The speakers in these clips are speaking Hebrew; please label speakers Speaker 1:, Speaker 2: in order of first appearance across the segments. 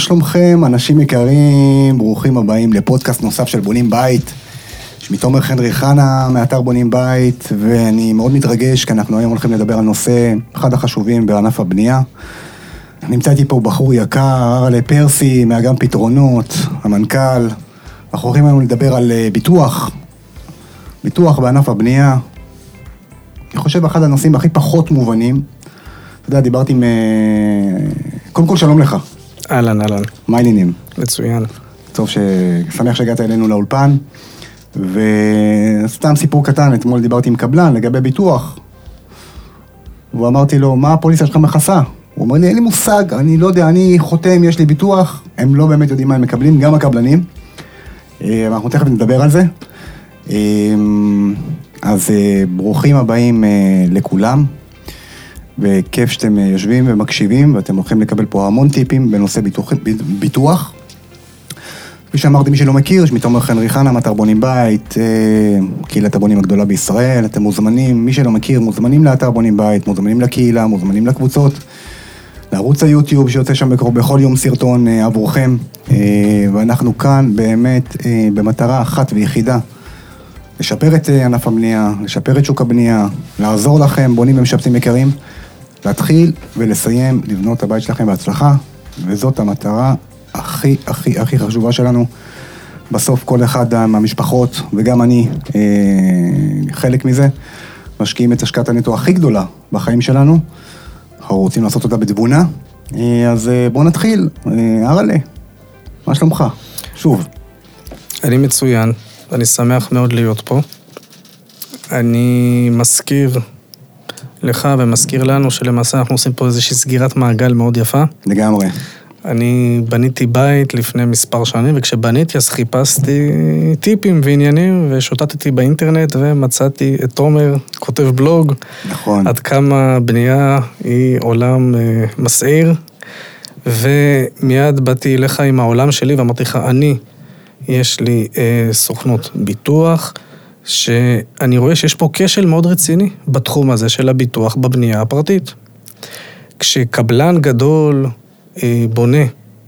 Speaker 1: שלומכם, אנשים יקרים, ברוכים הבאים לפודקאסט נוסף של בונים בית. שמי תומר חנרי חנה מאתר בונים בית, ואני מאוד מתרגש כי אנחנו היום הולכים לדבר על נושא אחד החשובים בענף הבנייה. נמצא איתי פה בחור יקר, הרלה פרסי, מאגם פתרונות, המנכ"ל. אנחנו הולכים היום לדבר על ביטוח בענף הבנייה. אני חושב אחד הנושאים הכי פחות מובנים. אתה יודע, דיברתי עם... קודם כל שלום לך.
Speaker 2: אהלן.
Speaker 1: מה העניינים?
Speaker 2: מצוין.
Speaker 1: טוב, שמח שהגעת אלינו לאולפן. וסתם סיפור קטן, אתמול דיברתי עם קבלן לגבי ביטוח. ואמרתי לו, מה הפוליסה שלך מכסה? הוא אומר לי, אין לי מושג, אני לא יודע, אני חותם, יש לי ביטוח. הם לא באמת יודעים מה הם מקבלים, גם הקבלנים. אנחנו תכף נדבר על זה. אז ברוכים הבאים לכולם. וכיף שאתם יושבים ומקשיבים, ואתם הולכים לקבל פה המון טיפים בנושא ביטוח. כפי שאמרתי, מי שלא מכיר, שמי תומר חנרי חנה, מאתר בונים בית, קהילת הבונים הגדולה בישראל, אתם מוזמנים, מי שלא מכיר, מוזמנים לאתר בונים בית, מוזמנים לקהילה, מוזמנים לקבוצות, לערוץ היוטיוב שיוצא שם בכל יום סרטון עבורכם, ואנחנו כאן באמת במטרה אחת ויחידה, לשפר את ענף הבנייה, לשפר את שוק הבנייה, לעזור לכם, בונים ומשפצים יקרים, להתחיל ולסיים לבנות את הבית שלכם בהצלחה, וזאת המטרה הכי חשובה שלנו. בסוף כל אחד מהמשפחות, וגם אני, חלק מזה, משקיעים את השקעת הנטו הכי גדולה בחיים שלנו. אנחנו רוצים לעשות אותה בתבונה, אז בואו נתחיל. הרלה, מה שלומך? שוב.
Speaker 2: אני מצוין, אני שמח מאוד להיות פה. אני מזכיר לך ומזכיר לנו שלמעשה אנחנו עושים פה איזושהי סגירת מעגל מאוד יפה.
Speaker 1: לגמרי.
Speaker 2: אני בניתי בית לפני מספר שנים, וכשבניתי אז חיפשתי טיפים ועניינים, ושוטטתי באינטרנט ומצאתי את תומר, כותב בלוג.
Speaker 1: נכון.
Speaker 2: עד כמה בנייה היא עולם מסעיר, ומיד באתי אליך עם העולם שלי ואמרתי לך, יש לי סוכנות ביטוח, שאני רואה שיש פה כשל מאוד רציני בתחום הזה של הביטוח בבנייה הפרטית. כשקבלן גדול בונה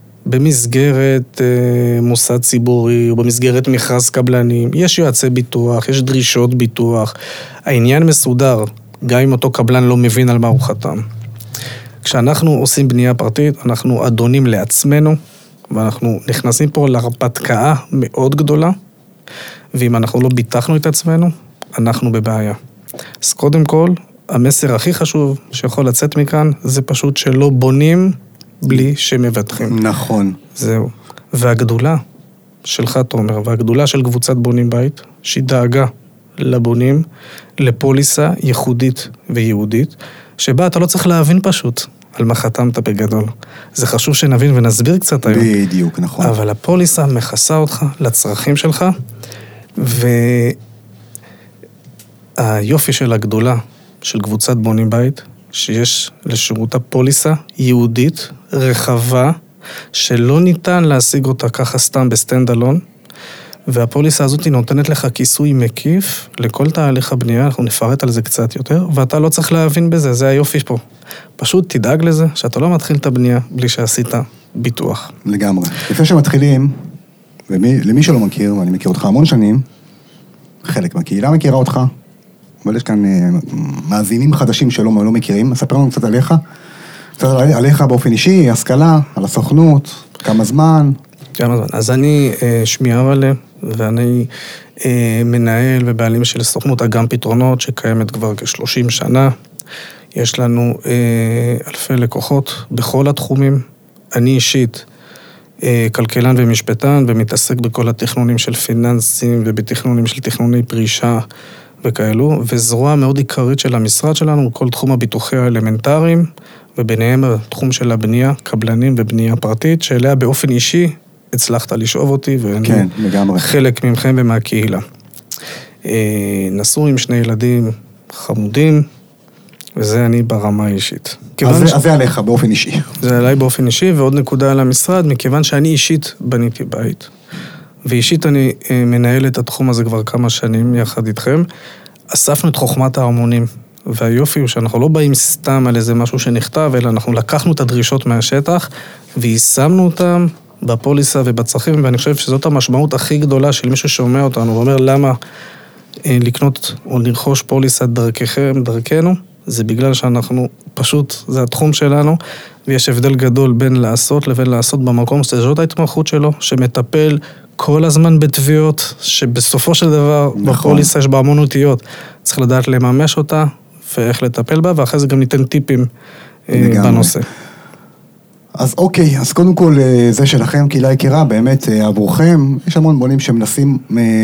Speaker 2: במסגרת מוסד ציבורי או במסגרת מכרז קבלנים, יש יועצי ביטוח, יש דרישות ביטוח, העניין מסודר, גם אם אותו קבלן לא מבין על מה הוא חתם. כשאנחנו עושים בנייה פרטית, אנחנו אדונים לעצמנו, ואנחנו נכנסים פה להרפתקה מאוד גדולה, ואם אנחנו לא ביטחנו את עצמנו, אנחנו בבעיה. אז קודם כל, המסר הכי חשוב שיכול לצאת מכאן, זה פשוט שלא בונים בלי שמבטחים.
Speaker 1: נכון.
Speaker 2: זהו. והגדולה שלך, תומר, והגדולה של קבוצת בונים בית, שהיא דאגה לבונים, לפוליסה ייחודית וייעודית, שבה אתה לא צריך להבין פשוט על מה חתמת בגדול. זה חשוב שנבין ונסביר קצת היום.
Speaker 1: בדיוק, נכון.
Speaker 2: אבל הפוליסה מכסה אותך לצרכים שלך, והיופי של הגדולה של קבוצת בונים בית, שיש לשירות הפוליסה ייעודית, רחבה, שלא ניתן להשיג אותה ככה סתם בסטנד אלון, והפוליסה הזאת נותנת לך כיסוי מקיף לכל תהליך הבנייה, אנחנו נפרט על זה קצת יותר, ואתה לא צריך להבין בזה, זה היופי פה. פשוט תדאג לזה שאתה לא מתחיל את הבנייה בלי שעשית ביטוח.
Speaker 1: לגמרי. לפני שמתחילים, למי שלא מכיר, ואני מכיר אותך המון שנים, חלק מהקהילה מכירה אותך, אבל יש כאן מאזינים חדשים שלא מכירים, אספר לנו קצת עליך, עליך באופן אישי, השכלה, על הסוכנות, כמה זמן.
Speaker 2: אז אני שמי הרלה, ואני מנהל ובעלים של סוכנות אגם פתרונות, שקיימת כבר כ-30 שנה. יש לנו אלפי לקוחות בכל התחומים. אני אישית כלכלן ומשפטן, ומתעסק בכל התכנונים של פיננסים, ובתכנונים של תכנוני פרישה וכאלו, וזרוע מאוד עיקרית של המשרד שלנו, כל תחום הביטוחי האלמנטריים, וביניהם התחום של הבנייה, קבלנים ובנייה פרטית, שאליה באופן אישי הצלחת לשאוב אותי, ואני חלק ממכם ומהקהילה. נשוי עם 2 ילדים חמודים, וזה אני ברמה האישית.
Speaker 1: אז זה עליך באופן אישי.
Speaker 2: זה עליי באופן אישי, ועוד נקודה על המשרד, מכיוון שאני אישית בניתי בית, ואישית אני מנהל את התחום הזה כבר כמה שנים יחד איתכם, אספנו את חוכמת ההמונים, והיופי הוא שאנחנו לא באים סתם על איזה משהו שנכתב, אלא אנחנו לקחנו את הדרישות מהשטח, ויישמנו אותם בפוליסה ובצרכים, ואני חושב שזאת המשמעות הכי גדולה של מישהו שומע אותנו, ואומר למה לקנות או לרכוש פוליסה דרככם, דרכנו, זה בגלל שאנחנו פשוט, זה התחום שלנו, ויש הבדל גדול בין לעשות לבין לעשות במקום, שזאת ההתמחות שלו, שמטפל כל הזמן בתביעות, שבסופו של דבר בפוליסה יש בה המון אותיות, צריך לדעת לממש אותה, ואיך לטפל בה, ואחרי זה גם ניתן טיפים בנושא.
Speaker 1: אז אוקיי, אז קודם כל זה שלכם, קהילה יקירה, באמת עבורכם, יש המון בונים שמנסים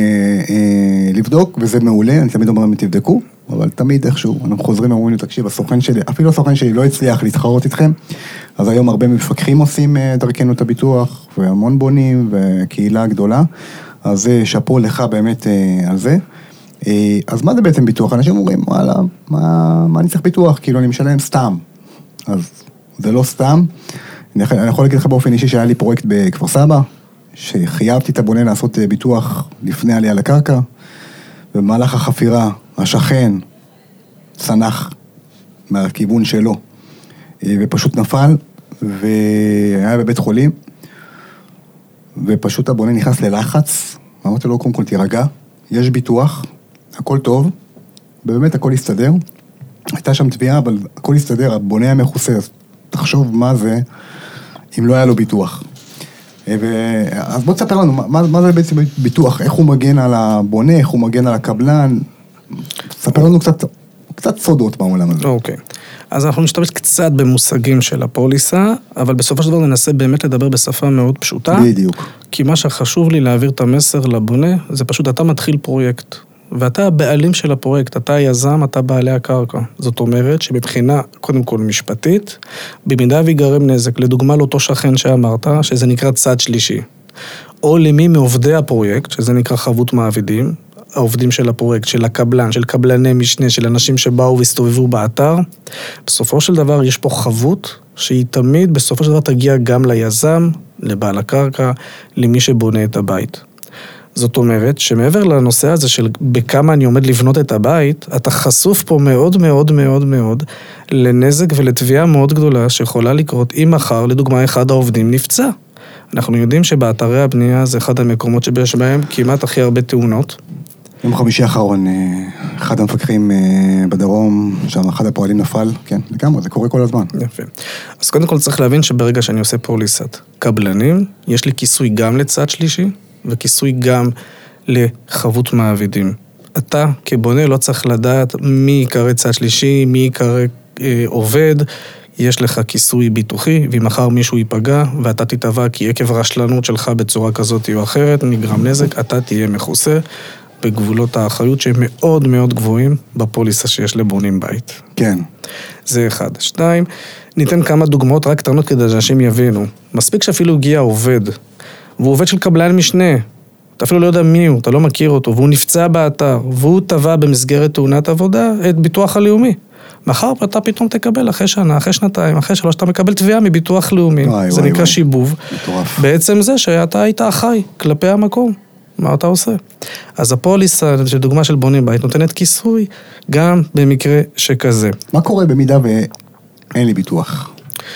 Speaker 1: לבדוק, וזה מעולה, אני תמיד אומר, תבדקו, אבל תמיד איכשהו, אנחנו חוזרים ואומרים, תקשיב, הסוכן שלי, אפילו הסוכן שלי לא הצליח להתחרות איתכם, אז היום הרבה מפקחים עושים דרכנו את הביטוח, והמון בונים, וקהילה גדולה, אז זה שפו לך באמת על זה. אז מה זה בעצם ביטוח? אנשים אומרים, וואלה, מה אני צריך ביטוח? כאילו אני משלם סתם. אז זה לא סתם. אני יכול להגיד לך באופן אישי שהיה לי פרויקט בכפר סבא, שחייבתי את הבונה לעשות ביטוח לפני עלייה לקרקע, ובמהלך החפירה, השכן צנח מהכיוון שלו, ופשוט נפל, והיה בבית חולים, ופשוט הבונה נכנס ללחץ, ואמרתי לו, קודם כל תירגע, יש ביטוח, הכל טוב, ובאמת הכל יסתדר, הייתה שם תביעה, אבל הכל יסתדר, הבונה היה מכוסה, אז תחשוב מה זה, אם לא היה לו ביטוח. אז בוא תספר לנו, מה זה בעצם ביטוח, איך הוא מגן על הבונה, איך הוא מגן על הקבלן, תספר לנו קצת סודות בעולם הזה.
Speaker 2: אוקיי, אז אנחנו נשתמש קצת במושגים של הפוליסה, אבל בסופו של דבר ננסה באמת לדבר בשפה מאוד פשוטה.
Speaker 1: בדיוק.
Speaker 2: כי מה שחשוב לי להעביר את המסר לבונה, זה פשוט אתה מתחיל פרויקט. ואתה הבעלים של הפרויקט, אתה היזם, אתה בעלי הקרקע. זאת אומרת שמבחינה, קודם כל משפטית, במידה ויגרם נזק, לדוגמה לאותו שכן שאמרת, שזה נקרא צד שלישי, או למי מעובדי הפרויקט, שזה נקרא חבות מעבידים, העובדים של הפרויקט, של הקבלן, של קבלני משנה, של אנשים שבאו והסתובבו באתר, בסופו של דבר יש פה חבות, שהיא תמיד בסופו של דבר תגיע גם ליזם, לבעל הקרקע, למי שבונה את הבית. זאת אומרת שמעבר לנושא הזה של בכמה אני עומד לבנות את הבית, אתה חשוף פה מאוד מאוד מאוד מאוד לנזק ולתביעה מאוד גדולה שיכולה לקרות אם מחר, לדוגמה, אחד העובדים נפצע. אנחנו יודעים שבאתרי הבנייה זה אחד המקומות שיש בהם כמעט הכי הרבה תאונות.
Speaker 1: יום חמישי האחרון, אחד המפקחים בדרום, שם אחד הפועלים נפל, כן, לגמרי, זה קורה כל הזמן.
Speaker 2: יפה. אז קודם כל צריך להבין שברגע שאני עושה פוליסת קבלנים, יש לי כיסוי גם לצד שלישי, וכיסוי גם לחבות מעבידים. אתה כבונה לא צריך לדעת מי יקרא צד שלישי, מי יקרא עובד, יש לך כיסוי ביטוחי, ואם מחר מישהו ייפגע, ואתה תתבע כי עקב רשלנות שלך בצורה כזאת או אחרת, נגרם נזק, אתה תהיה מכוסה בגבולות האחריות שהם מאוד מאוד גבוהים בפוליסה שיש לבונים בית.
Speaker 1: כן.
Speaker 2: זה אחד. שתיים, ניתן כמה דוגמאות רק קטנות כדי שאנשים יבינו. מספיק שאפילו הגיע עובד, והוא עובד של קבלן משנה, אתה אפילו לא יודע מי הוא, אתה לא מכיר אותו, והוא נפצע באתר, והוא תבע במסגרת תאונת עבודה את ביטוח הלאומי. מחר אתה פתאום תקבל אחרי שנה, אחרי שנתיים, אחרי 3, אתה מקבל תביעה מביטוח לאומי. זה נקרא שיבוב. בעצם זה שאתה היית אחראי כלפי המקום. מה אתה עושה? אז הפוליסה, דוגמה של בונים בית, נותנת כיסוי גם במקרה שכזה.
Speaker 1: מה קורה במידה ואין לי ביטוח?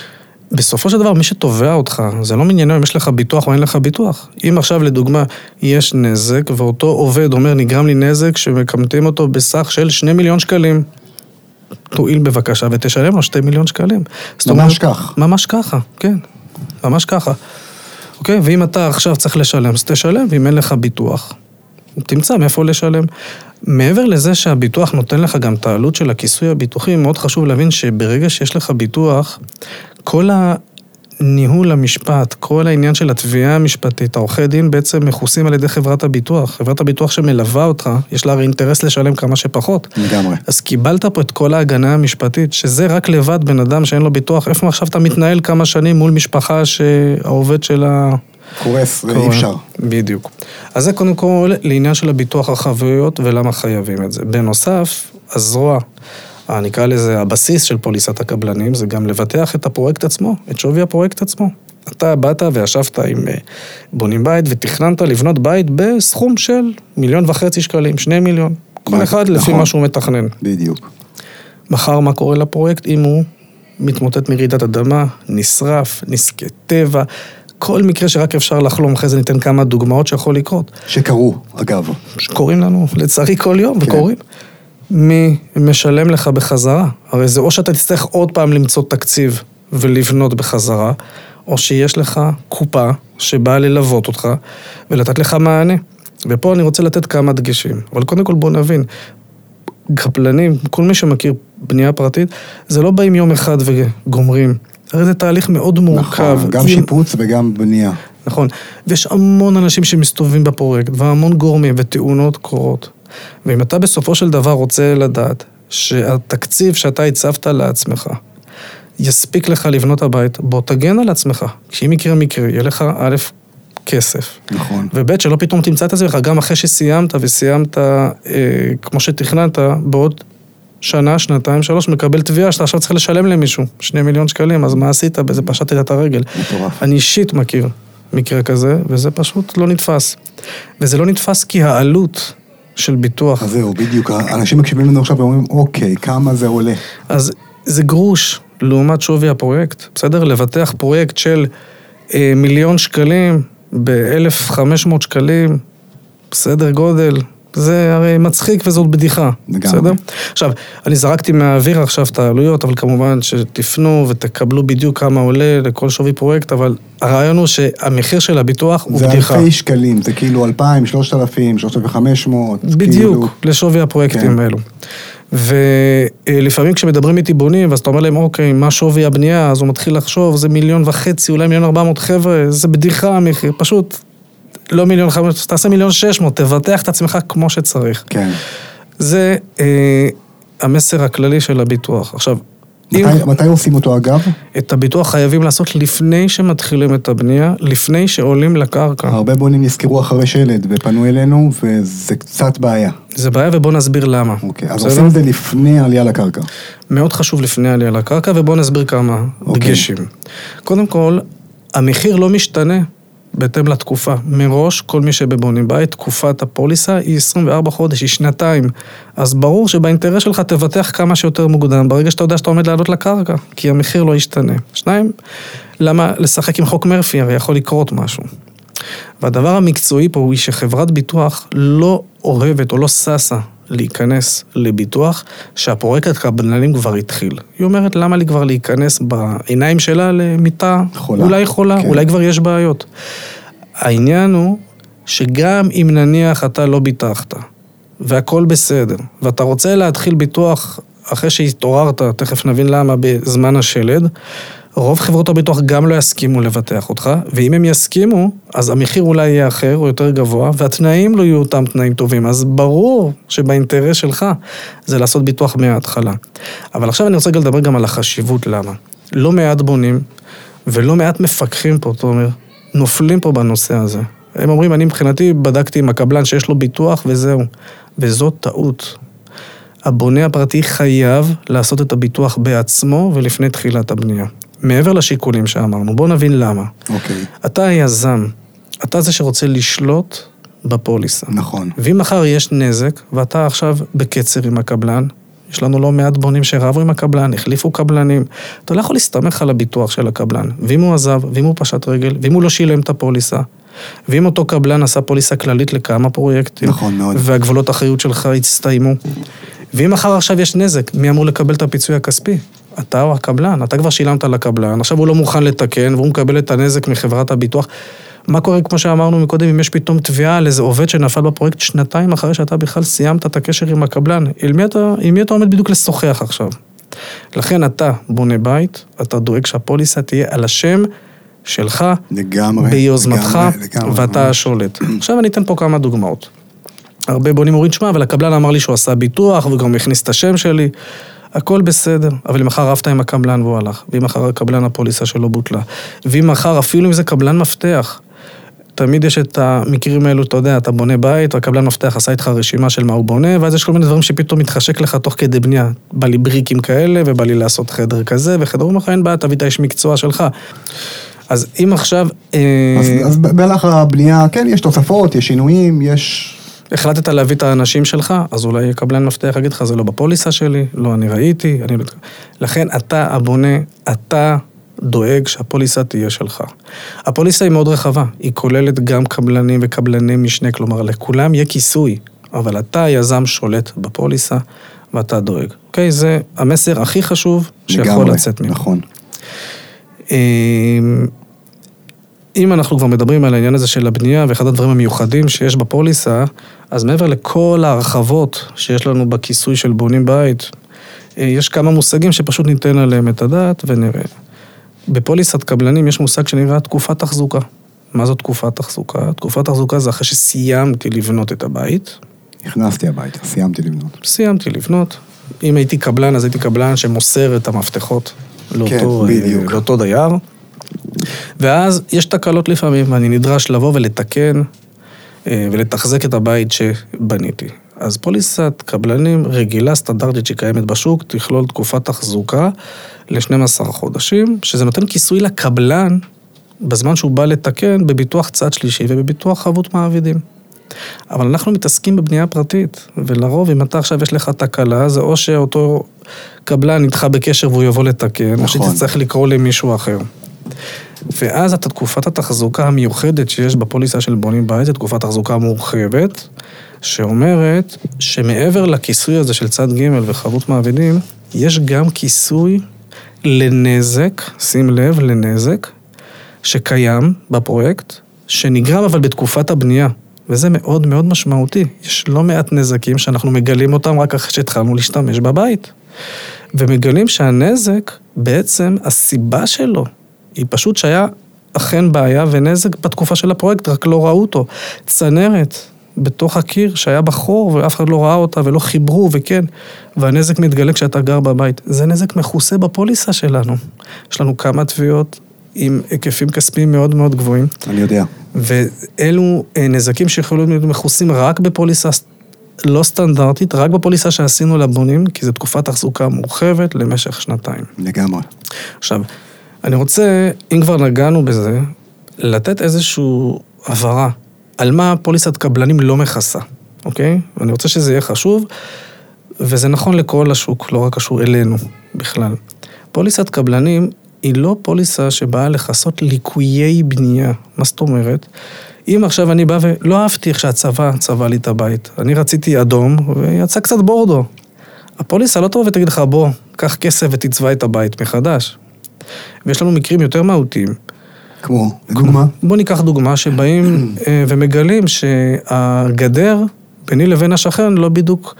Speaker 2: בסופו של דבר, מי שתובע אותך, זה לא מעניינו אם יש לך ביטוח או אין לך ביטוח. אם עכשיו, לדוגמה, יש נזק, ואותו עובד אומר, נגרם לי נזק, שמקמטים אותו בסך של 2 מיליון שקלים. תועיל בבקשה ותשלם לו 2 מיליון שקלים.
Speaker 1: ממש כך.
Speaker 2: ממש ככה, כן. ממש ככה. אוקיי? ואם אתה עכשיו צריך לשלם, אז תשלם, ואם אין לך ביטוח, תמצא מאיפה לשלם. מעבר לזה שהביטוח נותן לך גם את העלות של הכיסוי הביטוחי, מאוד חשוב להבין שברגע שיש לך ביטוח, כל הניהול המשפט, כל העניין של התביעה המשפטית, העורכי דין בעצם מכוסים על ידי חברת הביטוח. חברת הביטוח שמלווה אותך, יש לה הרי אינטרס לשלם כמה שפחות.
Speaker 1: לגמרי.
Speaker 2: אז קיבלת פה את כל ההגנה המשפטית, שזה רק לבד בן אדם שאין לו ביטוח. איפה עכשיו אתה מתנהל כמה שנים מול משפחה שהעובד שלה
Speaker 1: קורס, ואי אפשר.
Speaker 2: בדיוק. אז זה קודם כל לעניין של הביטוח החבויות ולמה חייבים את זה. בנוסף, הזרוע, נקרא לזה הבסיס של פוליסת הקבלנים, זה גם לבטח את הפרויקט עצמו, את שווי הפרויקט עצמו. אתה באת וישבת עם בונים בית ותכננת לבנות בית בסכום של 1.5 מיליון שקלים, 2 מיליון. כל אחד לפי מה שהוא מתכנן.
Speaker 1: בדיוק.
Speaker 2: מחר מה קורה לפרויקט אם הוא מתמוטט מרעידת אדמה, נשרף, נזקי טבע, כל מקרה שרק אפשר לחלום, אחרי זה ניתן כמה דוגמאות שיכול לקרות.
Speaker 1: שקרו, אגב.
Speaker 2: שקורים לנו, לצערי כל יום, וקורים. מי משלם לך בחזרה? הרי זה או שאתה תצטרך עוד פעם למצוא תקציב ולבנות בחזרה, או שיש לך קופה שבאה ללוות אותך ולתת לך מענה. ופה אני רוצה לתת כמה דגשים. אבל קודם כל בוא נבין, קבלנים, כל מי שמכיר בנייה פרטית, זה לא באים יום אחד וגומרים. הרי זה תהליך מאוד מורכב.
Speaker 1: נכון, גם שיפוץ וגם בנייה.
Speaker 2: נכון, ויש המון אנשים שמסתובבים בפרויקט, והמון גורמים ותאונות קורות. ואם אתה בסופו של דבר רוצה לדעת שהתקציב שאתה הצבת לעצמך יספיק לך לבנות הבית, בוא תגן על עצמך. כי אם יקרה מקרה, יהיה לך א', כסף.
Speaker 1: נכון.
Speaker 2: וב' שלא פתאום תמצא את עצמך, גם אחרי שסיימת וסיימת כמו שתכננת, בעוד שנה, שנתיים, 3, מקבל תביעה שאתה עכשיו צריך לשלם למישהו, 2 מיליון שקלים, אז מה עשית? בזה פשטת את הרגל.
Speaker 1: מטורף.
Speaker 2: אני אישית מכיר מקרה כזה, וזה פשוט לא נתפס. וזה לא נתפס כי העלות של ביטוח.
Speaker 1: אז זהו, בדיוק. אנשים מקשיבים לנו עכשיו ואומרים, אוקיי, כמה זה עולה?
Speaker 2: אז זה גרוש לעומת שווי הפרויקט. בסדר? לבטח פרויקט של 1,000,000 שקלים, ב-1,500 שקלים, בסדר גודל, זה הרי מצחיק וזאת בדיחה, בסדר? עכשיו, אני זרקתי מהאוויר עכשיו את העלויות, אבל כמובן שתפנו ותקבלו בדיוק כמה עולה לכל שווי פרויקט, אבל הרעיון הוא שהמחיר של הביטוח הוא בדיחה.
Speaker 1: זה אלפי שקלים, זה כאילו 2,000, 3,000, 3,500.
Speaker 2: בדיוק, לשווי הפרויקטים האלו. ולפעמים כשמדברים איתי בונים, ואז אתה אומר להם, אוקיי, מה שווי הבנייה? אז הוא מתחיל לחשוב, זה 1,500,000, אולי 1,400,000, חבר'ה, זה בדיחה המחיר, פשוט לא 1,500,000, תעשה 1,600,000, תבטח את עצמך כמו שצריך.
Speaker 1: כן.
Speaker 2: זה המסר הכללי של הביטוח. עכשיו,
Speaker 1: מתי עושים אותו אגב?
Speaker 2: את הביטוח חייבים לעשות לפני שמתחילים את הבנייה, לפני שעולים לקרקע.
Speaker 1: הרבה בונים נזכרו אחרי שלד ופנו אלינו, וזה קצת בעיה.
Speaker 2: זה בעיה ובוא נסביר למה.
Speaker 1: אוקיי, אז עושים את זה לפני עלייה לקרקע.
Speaker 2: מאוד חשוב לפני עלייה לקרקע, ובוא נסביר כמה דגשים. קודם כל, המחיר לא משתנה בהתאם לתקופה. מראש, כל מי שבבונים בית, תקופת הפוליסה היא 24 חודש, היא 2 אז ברור שבאינטרס שלך תבטח כמה שיותר מוקדם, ברגע שאתה יודע שאתה עומד לעלות לקרקע, כי המחיר לא ישתנה. 2, למה לשחק עם חוק מרפי? הרי יכול לקרות משהו. והדבר המקצועי פה הוא שחברת ביטוח לא אוהבת או לא ססה להיכנס לביטוח שהפרויקט הקבלנים כבר התחיל. היא אומרת, למה לי כבר להיכנס בעיניים שלה למיטה? אולי חולה, כן. אולי כבר יש בעיות. העניין הוא שגם אם נניח אתה לא ביטחת, והכל בסדר, ואתה רוצה להתחיל ביטוח אחרי שהתעוררת, תכף נבין למה בזמן השלד, רוב חברות הביטוח גם לא יסכימו לבטח אותך, ואם הם יסכימו, אז המחיר אולי יהיה אחר או יותר גבוה, והתנאים לא יהיו אותם תנאים טובים, אז ברור שבאינטרס שלך זה לעשות ביטוח מההתחלה. אבל עכשיו אני רוצה לדבר גם על החשיבות למה. לא מעט בונים, ולא מעט מפקחים פה, תומר, נופלים פה בנושא הזה. הם אומרים, אני מבחינתי בדקתי עם הקבלן שיש לו ביטוח וזהו, וזאת טעות. הבונה הפרטי חייב לעשות את הביטוח בעצמו ולפני תחילת הבנייה. מעבר לשיקולים שאמרנו, בוא נבין למה.
Speaker 1: אוקיי.
Speaker 2: אתה היזם, אתה זה שרוצה לשלוט בפוליסה.
Speaker 1: נכון.
Speaker 2: ואם מחר יש נזק, ואתה עכשיו בקצר עם הקבלן, יש לנו לא מעט בונים שרבו עם הקבלן, החליפו קבלנים, אתה לא יכול להסתמך על הביטוח של הקבלן. ואם הוא עזב, ואם הוא פשט רגל, ואם הוא לא שילם את הפוליסה, ואם אותו קבלן עשה פוליסה כללית לכמה פרויקטים,
Speaker 1: נכון מאוד.
Speaker 2: והגבולות האחריות שלך הצטיימו, ואם מחר עכשיו יש נזק, מי אמור לקבל את הפיצוי הכספי? אתה או הקבלן, אתה כבר שילמת לקבלן, עכשיו הוא לא מוכן לתקן, והוא מקבל את הנזק מחברת הביטוח. מה קורה, כמו שאמרנו מקודם, אם יש פתאום תביעה על איזה עובד שנפל בפרויקט 2 אחרי שאתה בכלל סיימת את הקשר עם הקבלן, עם מי אתה עומד בדיוק לשוחח עכשיו? לכן אתה בונה בית, אתה דואג שהפוליסה תהיה על השם שלך,
Speaker 1: לגמרי,
Speaker 2: ביוזמתך, ואתה השולט. עכשיו אני אתן פה כמה דוגמאות. הרבה בונים אומרים, שמע, אבל הקבלן אמר לי שהוא עשה ביטוח, וגם הכניס את השם שלי, הכל בסדר, אבל אם מחר רבת עם הקבלן והוא הלך, ואם מחר הקבלן הפוליסה שלו בוטלה, ואם מחר אפילו אם זה קבלן מפתח, תמיד יש את המקרים האלו, אתה יודע, אתה בונה בית, והקבלן מפתח עשה איתך רשימה של מה הוא בונה, ואז יש כל מיני דברים שפתאום מתחשק לך תוך כדי בנייה, בא לי בריקים כאלה, ובא לי לעשות חדר כזה, וחדר הוא אין בעיה, תביא את האיש מקצוע שלך. אז אם עכשיו...
Speaker 1: אז בהלך הבנייה, כן, יש תוספות, יש שינויים, יש...
Speaker 2: החלטת להביא את האנשים שלך, אז אולי קבלן מפתח יגיד לך, זה לא בפוליסה שלי, לא, אני ראיתי, לכן אתה הבונה, אתה דואג שהפוליסה תהיה שלך. הפוליסה היא מאוד רחבה, היא כוללת גם קבלנים וקבלני משנה, כלומר, לכולם יהיה כיסוי, אבל אתה יזם שולט בפוליסה, ואתה דואג. אוקיי? זה המסר הכי חשוב שיכול לצאת ממנו.
Speaker 1: נכון.
Speaker 2: אם אנחנו כבר מדברים על העניין הזה של הבנייה, ואחד הדברים המיוחדים שיש בפוליסה, אז מעבר לכל ההרחבות שיש לנו בכיסוי של בונים בית, יש כמה מושגים שפשוט ניתן עליהם את הדעת ונראה. בפוליסת קבלנים יש מושג שנראה תקופת תחזוקה. מה זו תקופת תחזוקה? תקופת תחזוקה זה אחרי שסיימתי לבנות את הבית.
Speaker 1: נכנסתי הביתה, סיימתי לבנות.
Speaker 2: סיימתי לבנות. אם הייתי קבלן, אז הייתי קבלן שמוסר את המפתחות לאותו דייר. ואז יש תקלות לפעמים, ואני נדרש לבוא ולתקן ולתחזק את הבית שבניתי. אז פוליסת קבלנים רגילה סטנדרטית שקיימת בשוק, תכלול תקופת תחזוקה ל-12 חודשים, שזה נותן כיסוי לקבלן בזמן שהוא בא לתקן בביטוח צד שלישי ובביטוח חבות מעבידים. אבל אנחנו מתעסקים בבנייה פרטית, ולרוב אם אתה עכשיו יש לך תקלה, זה או שאותו קבלן נדחה בקשר והוא יבוא לתקן, או שתצטרך לקרוא למישהו אחר. ואז את תקופת התחזוקה המיוחדת שיש בפוליסה של בונים בית, זה תקופת תחזוקה מורחבת, שאומרת שמעבר לכיסוי הזה של צד ג' וחבות מעבידים, יש גם כיסוי לנזק, שים לב, לנזק, שקיים בפרויקט, שנגרם אבל בתקופת הבנייה, וזה מאוד מאוד משמעותי. יש לא מעט נזקים שאנחנו מגלים אותם רק אחרי שהתחלנו להשתמש בבית. ומגלים שהנזק, בעצם הסיבה שלו, היא פשוט שהיה אכן בעיה ונזק בתקופה של הפרויקט, רק לא ראו אותו. צנרת בתוך הקיר שהיה בחור ואף אחד לא ראה אותה ולא חיברו וכן, והנזק מתגלה כשאתה גר בבית. זה נזק מכוסה בפוליסה שלנו. יש לנו כמה תביעות עם היקפים כספיים מאוד מאוד גבוהים.
Speaker 1: אני יודע.
Speaker 2: ואלו נזקים שיכולים להיות מכוסים רק בפוליסה לא סטנדרטית, רק בפוליסה שעשינו לבונים, כי זו תקופת תחזוקה מורחבת למשך 2
Speaker 1: לגמרי.
Speaker 2: עכשיו, אני רוצה, אם כבר נגענו בזה, לתת איזשהו הבהרה על מה פוליסת קבלנים לא מכסה, אוקיי? ואני רוצה שזה יהיה חשוב, וזה נכון לכל השוק, לא רק קשור אלינו בכלל. פוליסת קבלנים היא לא פוליסה שבאה לחסות ליקויי בנייה. מה זאת אומרת? אם עכשיו אני בא ולא אהבתי איך שהצבא צבע לי את הבית, אני רציתי אדום ויצא קצת בורדו. הפוליסה לא טובה ותגיד לך בוא, קח כסף ותצבע את הבית מחדש. ויש לנו מקרים יותר מהותיים.
Speaker 1: כמו, דוגמה?
Speaker 2: בוא ניקח דוגמה שבאים ומגלים שהגדר ביני לבין השכן לא בדיוק,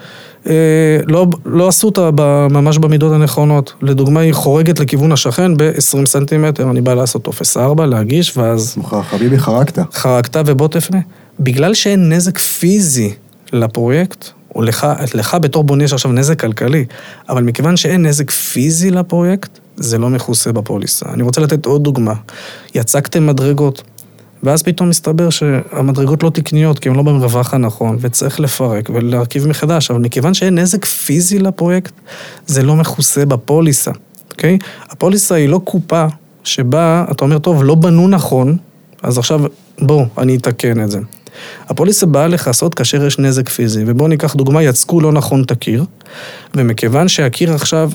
Speaker 2: לא עשו אותה ממש במידות הנכונות. לדוגמה היא חורגת לכיוון השכן ב-20 סנטימטר, אני בא לעשות טופס 4, להגיש ואז...
Speaker 1: חביבי חרקת.
Speaker 2: חרקת ובוא תפנה. בגלל שאין נזק פיזי לפרויקט, או לך בתור בונה יש עכשיו נזק כלכלי, אבל מכיוון שאין נזק פיזי לפרויקט, זה לא מכוסה בפוליסה. אני רוצה לתת עוד דוגמה. יצקתם מדרגות, ואז פתאום מסתבר שהמדרגות לא תקניות, כי הן לא במרווח הנכון, וצריך לפרק ולהרכיב מחדש, אבל מכיוון שאין נזק פיזי לפרויקט, זה לא מכוסה בפוליסה, אוקיי? הפוליסה היא לא קופה שבה, אתה אומר, טוב, לא בנו נכון, אז עכשיו, בוא, אני אתקן את זה. הפוליסה באה לחסות כאשר יש נזק פיזי, ובואו ניקח דוגמה, יצקו לא נכון את הקיר, ומכיוון שהקיר עכשיו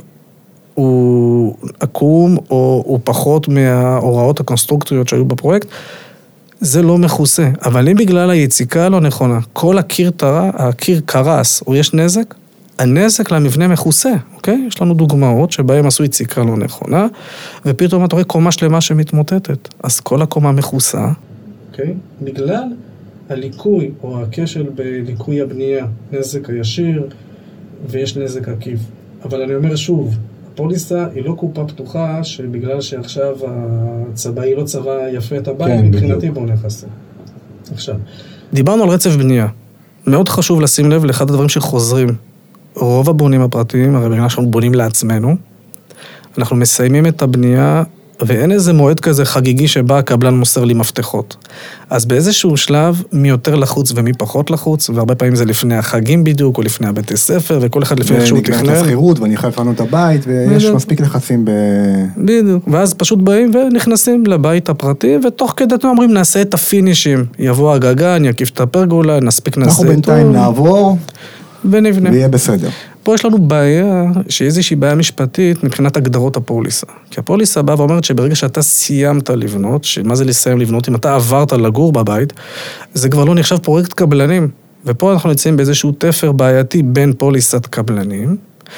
Speaker 2: הוא עקום, או הוא פחות מההוראות הקונסטרוקטוריות שהיו בפרויקט, זה לא מכוסה. אבל אם בגלל היציקה לא נכונה, כל הקיר קרס, או יש נזק, הנזק למבנה מכוסה, אוקיי? יש לנו דוגמאות שבהם עשו יציקה לא נכונה, ופתאום אתה רואה קומה שלמה שמתמוטטת. אז כל הקומה מכוסה, אוקיי? בגלל הליקוי או הכשל בליקוי הבנייה, נזק הישיר ויש נזק עקיף. אבל אני אומר שוב, הפוליסה היא לא קופה פתוחה שבגלל שעכשיו הצבעי לא צבע יפה את הבית, כן, מבחינתי בואו נכסה. עכשיו, דיברנו על רצף בנייה. מאוד חשוב לשים לב לאחד הדברים שחוזרים. רוב הבונים הפרטיים, הרי בגלל שאנחנו בונים לעצמנו, אנחנו מסיימים את הבנייה ואין איזה מועד כזה חגיגי שבה הקבלן מוסר לי מפתחות. אז באיזשהו שלב, מי יותר לחוץ ומי פחות לחוץ, והרבה פעמים זה לפני החגים בדיוק, או לפני הבתי ספר, וכל אחד לפני איך שהוא תכנן.
Speaker 1: ונגמרת הסחירות, ואני חייב לפנות את הבית, ויש מספיק לחצים
Speaker 2: בדיוק, ואז פשוט באים ונכנסים לבית הפרטי, ותוך כדי אתם אומרים, נעשה את הפינישים. יבוא הגגן, יקיף את הפרגולה, נספיק נעשה
Speaker 1: אנחנו בינתיים נעבור,
Speaker 2: ונבנה.
Speaker 1: ויהיה בסדר.
Speaker 2: פה יש לנו בעיה, שהיא איזושהי בעיה משפטית מבחינת הגדרות הפוליסה. כי הפוליסה באה ואומרת שברגע שאתה סיימת לבנות, מה זה לסיים לבנות? אם אתה עברת לגור בבית, זה כבר לא נחשב פרויקט קבלנים. ופה אנחנו נמצאים באיזשהו תפר בעייתי בין פוליסת קבלנים,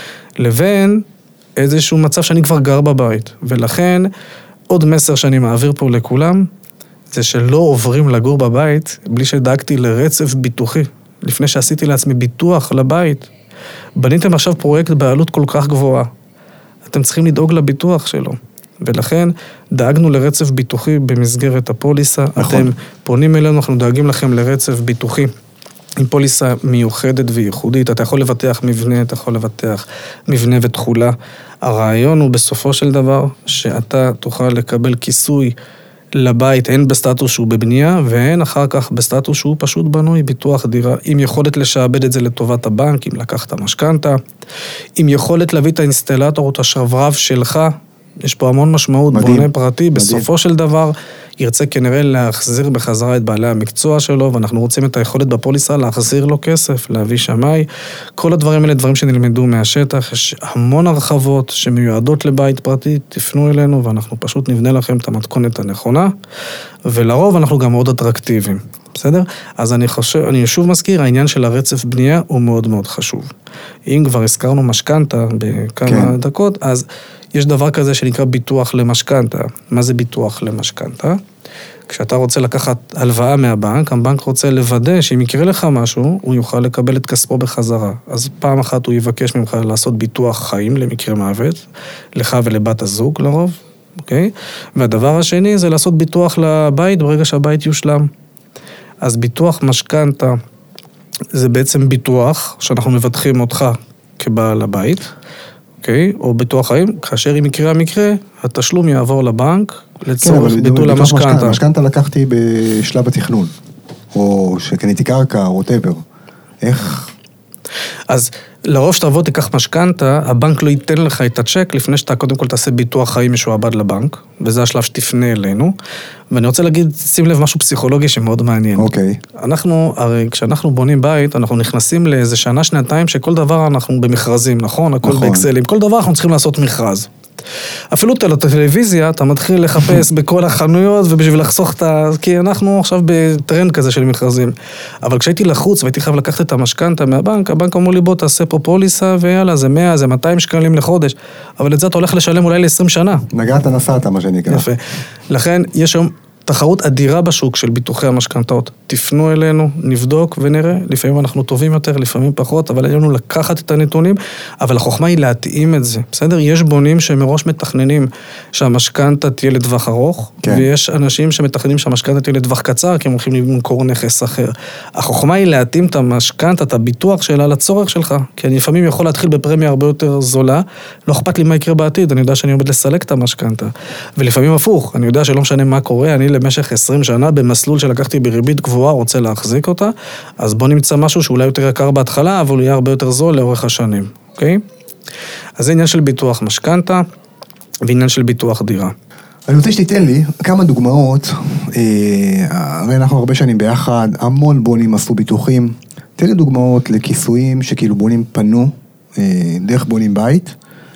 Speaker 2: לבין איזשהו מצב שאני כבר גר בבית. ולכן, עוד מסר שאני מעביר פה לכולם, זה שלא עוברים לגור בבית, בלי שדאגתי לרצף ביטוחי. לפני שעשיתי לעצמי ביטוח לבית, בניתם עכשיו פרויקט בעלות כל כך גבוהה. אתם צריכים לדאוג לביטוח שלו. ולכן דאגנו לרצף ביטוחי במסגרת הפוליסה.
Speaker 1: נכון.
Speaker 2: אתם פונים אלינו, אנחנו דואגים לכם לרצף ביטוחי. עם פוליסה מיוחדת וייחודית. אתה יכול לבטח מבנה, אתה יכול לבטח מבנה ותחולה. הרעיון הוא בסופו של דבר שאתה תוכל לקבל כיסוי לבית, הן בסטטוס שהוא בבנייה, והן אחר כך בסטטוס שהוא פשוט בנוי, ביטוח דירה, עם יכולת לשעבד את זה לטובת הבנק, אם לקחת משכנתה, עם יכולת להביא את האינסטלטור או את השרברב שלך, יש פה המון משמעות,
Speaker 1: מדהים,
Speaker 2: בונה פרטי,
Speaker 1: מדהים.
Speaker 2: בסופו של דבר, ירצה כנראה להחזיר בחזרה את בעלי המקצוע שלו, ואנחנו רוצים את היכולת בפוליסה להחזיר לו כסף, להביא שמאי. כל הדברים האלה, דברים שנלמדו מהשטח, יש המון הרחבות שמיועדות לבית פרטי, תפנו אלינו, ואנחנו פשוט נבנה לכם את המתכונת הנכונה, ולרוב אנחנו גם מאוד אטרקטיביים. בסדר? אז אני שוב מזכיר, העניין של הרצף בנייה הוא מאוד מאוד חשוב. אם כבר הזכרנו משכנתה בכמה דקות, אז יש דבר כזה שנקרא ביטוח למשכנתה. מה זה ביטוח למשכנתה? כשאתה רוצה לקחת הלוואה מהבנק, הבנק רוצה לוודא שאם יקרה לך משהו, הוא יוכל לקבל את כספו בחזרה. אז פעם אחת הוא יבקש ממך לעשות ביטוח חיים למקרה מוות, לך ולבת הזוג לרוב, אוקיי? והדבר השני זה לעשות ביטוח לבית ברגע שהבית יושלם. אז ביטוח משכנתה זה בעצם ביטוח שאנחנו מבטחים אותך כבעל הבית, אוקיי? או ביטוח חיים, כאשר אם יקרה המקרה, התשלום יעבור לבנק לצורך ביטול המשכנתה.
Speaker 1: משכנתה לקחתי בשלב התכנון, או שקניתי קרקע, או whatever. איך?
Speaker 2: אז לרוב שתבוא תיקח משכנתה, הבנק לא ייתן לך את הצ'ק לפני שאתה קודם כל תעשה ביטוח חיים משועבד לבנק, וזה השלב שתפנה אלינו. ואני רוצה להגיד, שים לב משהו פסיכולוגי שמאוד מעניין.
Speaker 1: אוקיי.
Speaker 2: הרי כשאנחנו בונים בית, אנחנו נכנסים לאיזה שנה, שנתיים, שכל דבר אנחנו במכרזים, נכון? הכל באקסלים. כל דבר אנחנו צריכים לעשות מכרז. אפילו טלוויזיה, אתה מתחיל לחפש בכל החנויות, ובשביל לחסוך כי אנחנו עכשיו בטרנד כזה של מכרזים. אבל כשהייתי לחוץ, והייתי חייב לקחת את המשכנתה מהבנק, הבנק אמרו לי, בוא תעשה פה פוליסה, ויאללה, זה 100, זה 200 שקלים לחודש. אבל את זה אתה הולך לשלם אולי ל-20 שנה.
Speaker 1: נגעת נסעת, מה שנקרא.
Speaker 2: יפה. לכן, יש היום תחרות אדירה בשוק של ביטוחי המשכנתאות. תפנו אלינו, נבדוק ונראה. לפעמים אנחנו טובים יותר, לפעמים פחות, אבל עלינו לקחת את הנתונים, אבל החוכמה היא להתאים את זה. בסדר? יש בונים שמראש מתכננים שהמשכנתה תהיה לטווח ארוך,
Speaker 1: כן.
Speaker 2: ויש אנשים שמתכננים שהמשכנתה תהיה לטווח קצר, כי הם הולכים למכור נכס אחר. החוכמה היא להתאים את המשכנתה, את הביטוח שלה לצורך שלך, כי אני לפעמים יכול להתחיל בפרמיה הרבה יותר זולה, לא אכפת לי מה יקרה בעתיד, אני יודע שאני עומד לסלק את המשכנתה. ולפעמים הפוך, אני יודע שלא משנה מה קורה, אני למשך 20 שנה במסלול שלקחתי בריבית גבוהה, רוצה להחזיק אותה, אז בוא נמצא משהו שאולי יותר יקר בהתחלה, אבל הוא יהיה הרבה יותר זול לאורך השנים, אוקיי? אז זה עניין של ביטוח משכנתה, ועניין של ביטוח דירה.
Speaker 1: אני רוצה שתיתן לי כמה דוגמאות, הרי אנחנו הרבה שנים ביחד, המון בונים עשו ביטוחים, תן לי דוגמאות לכיסויים שכאילו בונים פנו, דרך בונים בית,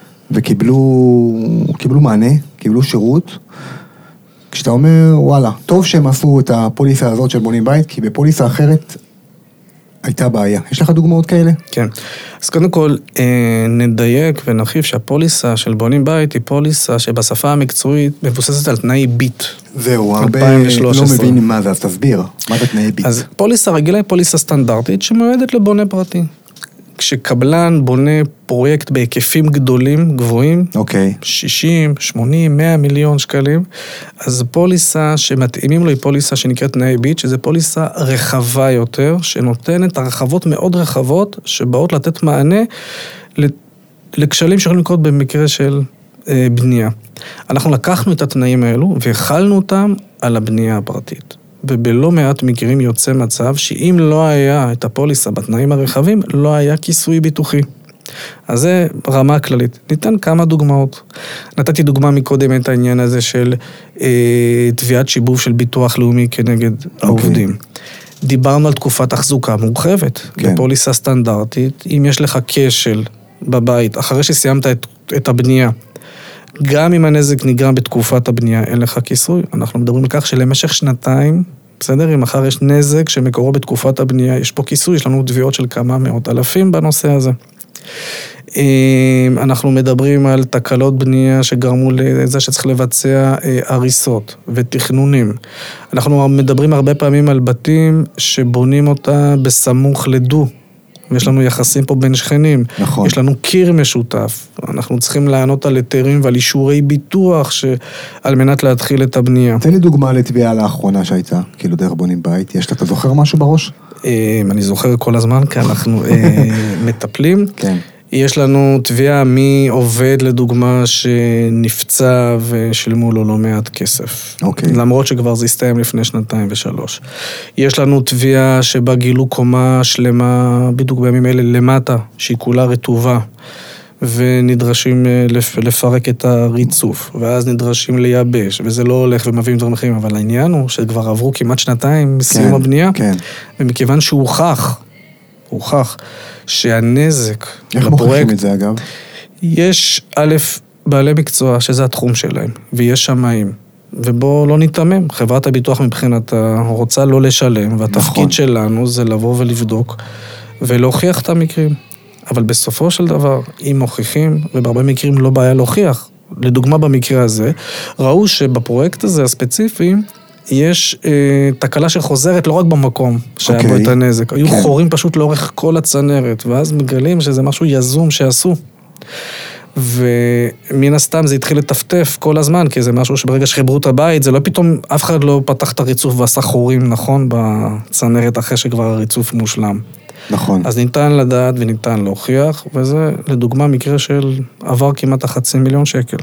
Speaker 1: וקיבלו מענה, קיבלו שירות, כשאתה אומר, וואלה, טוב שהם עשו את הפוליסה הזאת של בונים בית, כי בפוליסה אחרת הייתה בעיה. יש לך דוגמאות כאלה?
Speaker 2: כן. אז קודם כל, נדייק ונרחיב שהפוליסה של בונים בית היא פוליסה שבשפה המקצועית מבוססת על תנאי ביט.
Speaker 1: זהו, הרבה לא מבינים מה זה, אז תסביר. מה זה תנאי ביט?
Speaker 2: אז פוליסה רגילה היא פוליסה סטנדרטית שמיועדת לבונה פרטי. כשקבלן בונה פרויקט בהיקפים גדולים, גבוהים, 60, 80, 100 מיליון שקלים, אז פוליסה שמתאימים לו היא פוליסה שנקראת תנאי ביט, שזה פוליסה רחבה יותר, שנותנת הרחבות מאוד רחבות, שבאות לתת מענה לכשלים שיכולים לקרות במקרה של בנייה. אנחנו לקחנו את התנאים האלו והחלנו אותם על הבנייה הפרטית. ובלא מעט מקרים יוצא מצב שאם לא היה את הפוליסה בתנאים הרחבים, לא היה כיסוי ביטוחי. אז זה רמה כללית. ניתן כמה דוגמאות. נתתי דוגמה מקודם את העניין הזה של תביעת שיבוב של ביטוח לאומי כנגד העובדים. דיברנו על תקופת תחזוקה מורחבת, בפוליסה סטנדרטית. אם יש לך כשל בבית, אחרי שסיימת את הבנייה, גם אם הנזק נגרם בתקופת הבנייה, אין לך כיסוי. אנחנו מדברים על כך שלמשך שנתיים, בסדר? אם אחר יש נזק שמקורו בתקופת הבנייה, יש פה כיסוי, יש לנו תביעות של כמה מאות אלפים בנושא הזה. אנחנו מדברים על תקלות בנייה שגרמו לזה שצריך לבצע הריסות ותכנונים. אנחנו מדברים הרבה פעמים על בתים שבונים אותה בסמוך לדו. יש לנו יחסים פה בין שכנים.
Speaker 1: נכון.
Speaker 2: יש לנו קיר משותף. אנחנו צריכים לענות על היתרים ועל אישורי ביטוח על מנת להתחיל את הבנייה.
Speaker 1: תן לי דוגמה לתביעה לאחרונה שהייתה, כאילו דרך בונים בית. אתה זוכר משהו בראש?
Speaker 2: אני זוכר כל הזמן, כי אנחנו מטפלים.
Speaker 1: כן.
Speaker 2: יש לנו תביעה מי עובד לדוגמה שנפצע ושילמו לו לא מעט כסף.
Speaker 1: אוקיי.
Speaker 2: למרות שכבר זה הסתיים לפני 2 ו3. יש לנו תביעה שבה גילו קומה שלמה בדיוק בימים אלה למטה, שהיא כולה רטובה, ונדרשים לפרק את הריצוף, ואז נדרשים לייבש, וזה לא הולך ומביאים דברים אחרים, אבל העניין הוא שכבר עברו כמעט 2 מסיום הבנייה, ומכיוון הוכח שהנזק
Speaker 1: לפרויקט... איך מוכיחים את זה אגב?
Speaker 2: יש בעלי מקצוע שזה התחום שלהם, ויש שמאים, ובו לא נתאמם. חברת הביטוח מבחינתה רוצה לא לשלם, והתפקיד שלנו זה לבוא ולבדוק, ולהוכיח את המקרים. אבל בסופו של דבר, אם מוכיחים, ובהרבה מקרים לא בעיה להוכיח, לדוגמה במקרה הזה, ראו שבפרויקט הזה הספציפי, יש תקלה שחוזרת לא רק במקום שהיה בו את הנזק, היו חורים פשוט לאורך כל הצנרת, ואז מגלים שזה משהו יזום שעשו. ומן הסתם זה התחיל לטפטף כל הזמן, כי זה משהו שברגע שחיברו את הבית, זה לא פתאום, אף אחד לא פתח את הריצוף ועשה חורים נכון בצנרת אחרי שכבר הריצוף מושלם.
Speaker 1: נכון.
Speaker 2: אז ניתן לדעת וניתן להוכיח, וזה לדוגמה מקרה של עבר כמעט 500,000 שקל.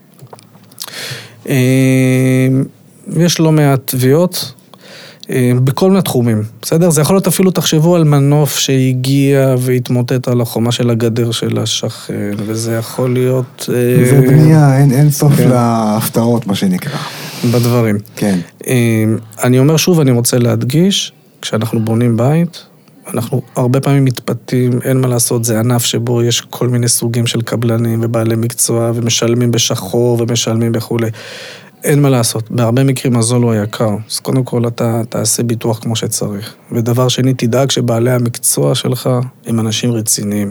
Speaker 2: יש לא מעט תביעות בכל מיני תחומים, בסדר? זה יכול להיות אפילו, תחשבו על מנוף שהגיע והתמוטט על החומה של הגדר של השכן, וזה יכול להיות...
Speaker 1: זה בנייה, אין סוף להפתעות, מה שנקרא.
Speaker 2: בדברים.
Speaker 1: כן.
Speaker 2: אני אומר שוב, אני רוצה להדגיש, כשאנחנו בונים בית, אנחנו הרבה פעמים מתפתים, אין מה לעשות, זה ענף שבו יש כל מיני סוגים של קבלנים ובעלי מקצוע, ומשלמים בשחור ומשלמים וכולי. אין מה לעשות, בהרבה מקרים הזול הוא היקר, אז קודם כל אתה תעשה ביטוח כמו שצריך. ודבר שני, תדאג שבעלי המקצוע שלך הם אנשים רציניים.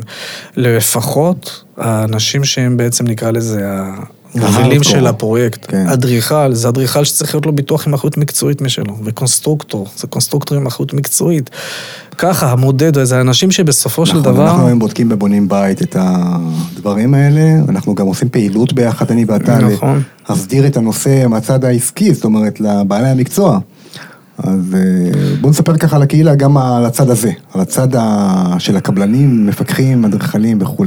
Speaker 2: לפחות האנשים שהם בעצם נקרא לזה המובילים של הפרויקט. אדריכל, זה אדריכל שצריך להיות לו ביטוח עם אחריות מקצועית משלו, וקונסטרוקטור, זה קונסטרוקטור עם אחריות מקצועית. ככה, המודד, זה האנשים שבסופו של דבר... אנחנו
Speaker 1: היום בודקים בבונים בית את הדברים האלה, אנחנו גם עושים פעילות ביחד, אני ואתה, להסדיר את הנושא מהצד העסקי, זאת אומרת, לבעלי המקצוע. אז בואו נספר ככה לקהילה גם על הצד הזה, על הצד של הקבלנים, מפקחים, אדריכלים וכו'.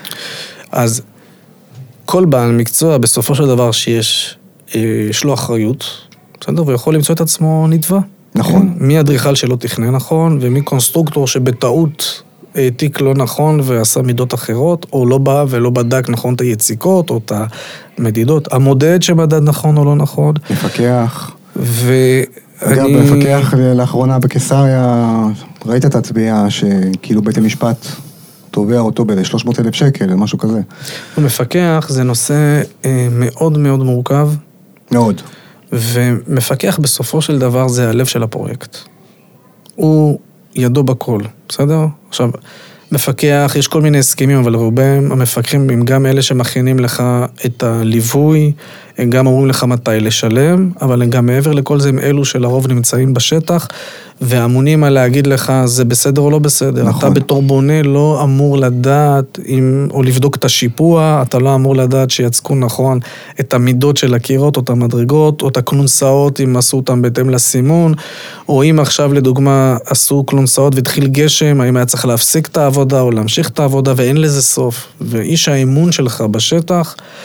Speaker 2: אז כל בעל מקצוע, בסופו של דבר שיש לו אחריות, בסדר? ויכול למצוא את עצמו נתבע.
Speaker 1: נכון.
Speaker 2: מי אדריכל שלא תכנן נכון, ומי קונסטרוקטור שבטעות העתיק לא נכון ועשה מידות אחרות, או לא בא ולא בדק נכון את היציקות, או את המדידות, המודד שמדד נכון או לא נכון.
Speaker 1: מפקח. אגב, מפקח לאחרונה בקיסריה, ראית את התביעה שכאילו בית המשפט תובע אותו ב-300,000 שקל, משהו כזה.
Speaker 2: מפקח זה נושא מאוד מאוד מורכב.
Speaker 1: מאוד.
Speaker 2: ומפקח בסופו של דבר זה הלב של הפרויקט. הוא ידו בכל, בסדר? עכשיו, מפקח, יש כל מיני הסכמים, אבל רובם המפקחים הם גם אלה שמכינים לך את הליווי, הם גם אומרים לך מתי לשלם, אבל הם גם מעבר לכל זה הם אלו שלרוב נמצאים בשטח, ואמונים על להגיד לך זה בסדר או לא בסדר. נכון. אתה בתור בונה לא אמור לדעת או לבדוק את השיפוע, אתה לא אמור לדעת שיצקו נכון את המידות של הקירות או את המדרגות, או את הקלונסאות אם עשו אותם בהתאם לסימון, או אם עכשיו לדוגמה עשו קלונסאות והתחיל גשם, האם היה צריך להפסיק את העבודה או להמשיך את העבודה, ואין לזה סוף. ואיש האמון שלך בשטח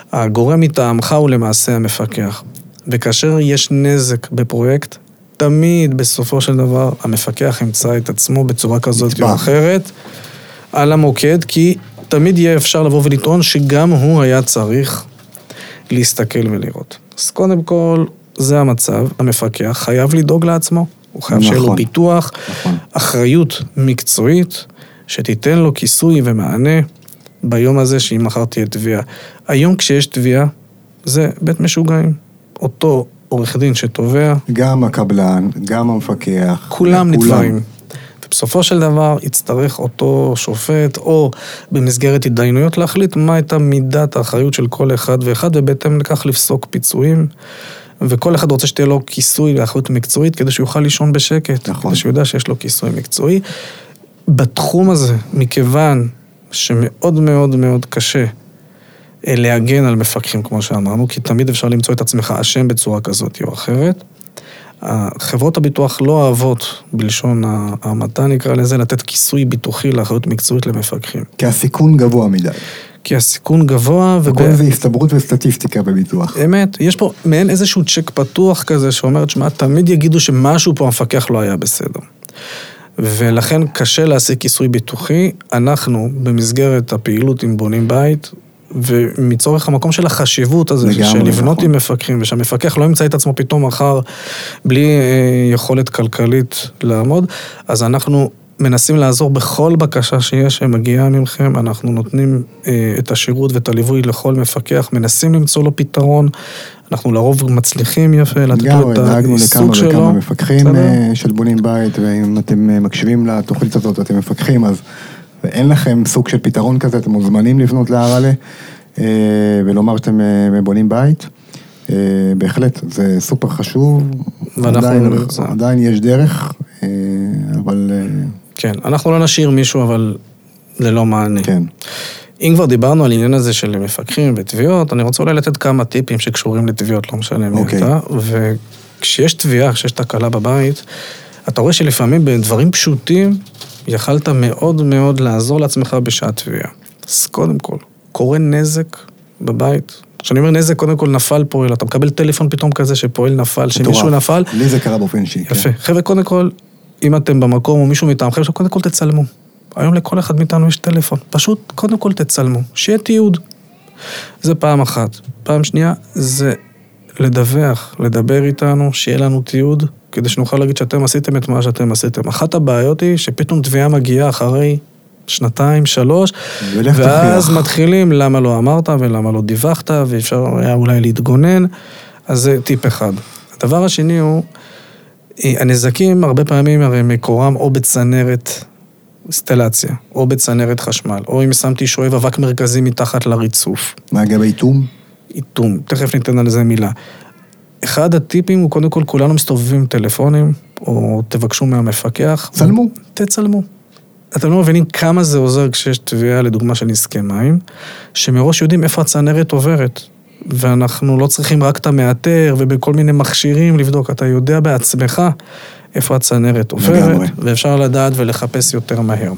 Speaker 2: הגורם מטעמך הוא למעשה המפקח. וכאשר יש נזק בפרויקט, תמיד בסופו של דבר המפקח ימצא את עצמו בצורה כזאת או אחרת על המוקד, כי תמיד יהיה אפשר לבוא ולטעון שגם הוא היה צריך להסתכל ולראות. אז קודם כל, זה המצב, המפקח חייב לדאוג לעצמו, הוא חייב שיהיה לו ביטוח, אחריות מקצועית, שתיתן לו כיסוי ומענה ביום הזה שאם מחר תהיה תביעה. היום כשיש תביעה, זה בית משוגעים. אותו עורך דין שתובע.
Speaker 1: גם הקבלן, גם המפקח.
Speaker 2: כולם נתברים. ובסופו של דבר יצטרך אותו שופט, או במסגרת התדיינויות להחליט מה הייתה מידת האחריות של כל אחד ואחד, ובהתאם לכך לפסוק פיצויים. וכל אחד רוצה שתהיה לו כיסוי לאחריות מקצועית, כדי שהוא יוכל לישון בשקט. נכון. כדי שהוא יודע שיש לו כיסוי מקצועי. בתחום הזה, מכיוון שמאוד מאוד מאוד קשה להגן על מפקחים, כמו שאמרנו, כי תמיד אפשר למצוא את עצמך אשם בצורה כזאת או אחרת. חברות הביטוח לא אוהבות, בלשון המעטה נקרא לזה, לתת כיסוי ביטוחי לאחריות מקצועית למפקחים.
Speaker 1: כי הסיכון גבוה מדי.
Speaker 2: כי הסיכון גבוה.
Speaker 1: וכל זה הסתברות וסטטיסטיקה בביטוח.
Speaker 2: אמת, יש פה מעין איזשהו צ'ק פתוח כזה, שאומרת שמה, תמיד יגידו שמשהו פה המפקח לא היה בסדר. ולכן קשה להשיג כיסוי ביטוחי. אנחנו במסגרת הפעילות עם בונים בית, ומצורך המקום של החשיבות הזה, של לבנות עם מפקחים, ושהמפקח לא ימצא את עצמו פתאום מחר, בלי יכולת כלכלית לעמוד, אז אנחנו מנסים לעזור בכל בקשה שיש שמגיעה ממכם, אנחנו נותנים את השירות ואת הליווי לכל מפקח, מנסים למצוא לו פתרון, אנחנו לרוב מצליחים יפה, לתת לו את העיסוק שלו.
Speaker 1: לכמה מפקחים של בונים בית, ואם אתם מקשיבים לתוכנית הזאת, אתם מפקחים, אז ואין לכם סוג של פתרון כזה, אתם מוזמנים לפנות להרלה, ולומר שאתם בונים בית. בהחלט, זה סופר חשוב. עדיין יש דרך, אבל...
Speaker 2: כן, אנחנו לא נשאיר מישהו, אבל ללא מענה.
Speaker 1: כן.
Speaker 2: אם כבר דיברנו על עניין הזה של מפקחים ותביעות, אני רוצה אולי לתת כמה טיפים שקשורים לתביעות, לא משנה מי אתה. וכשיש תביעה, כשיש תקלה בבית, אתה רואה שלפעמים בדברים פשוטים, יכלת מאוד מאוד לעזור לעצמך בשעת תביעה. אז קודם כל, קורה נזק בבית. כשאני אומר נזק, קודם כל נפל פועל, אתה מקבל טלפון פתאום כזה שפועל נפל, שמישהו נפל.
Speaker 1: לי זה קרה באופן אישי.
Speaker 2: יפה. חבר'ה, קודם כל, אם אתם במקום או מישהו מטעמכם, קודם כל תצלמו. היום לכל אחד מאיתנו יש טלפון. פשוט, קודם כל תצלמו. שיהיה תיעוד. זה פעם אחת. פעם שנייה, זה לדווח, לדבר איתנו, שיהיה לנו תיעוד, כדי שנוכל להגיד שאתם עשיתם את מה שאתם עשיתם. אחת הבעיות היא שפתאום תביעה מגיעה אחרי 2, 3, ואז מתחילים למה לא אמרת ולמה לא דיווחת, ואפשר היה אולי להתגונן, אז זה טיפ אחד. הדבר השני הוא, הנזקים הרבה פעמים הרי מקורם או בצנרת סטלציה, או בצנרת חשמל, או אם שמתי שואב אבק מרכזי מתחת לריצוף.
Speaker 1: מה אגב איתום?
Speaker 2: איתום, תכף ניתן על זה מילה. אחד הטיפים הוא קודם כל כולנו מסתובבים טלפונים, או תבקשו מהמפקח.
Speaker 1: צלמו.
Speaker 2: תצלמו. אתם לא מבינים כמה זה עוזר כשיש תביעה לדוגמה של נזקי מים, שמראש יודעים איפה הצנרת עוברת. ואנחנו לא צריכים רק את המאתר ובכל מיני מכשירים לבדוק, אתה יודע בעצמך איפה הצנרת עוברת, ואפשר לדעת ולחפש יותר מהר.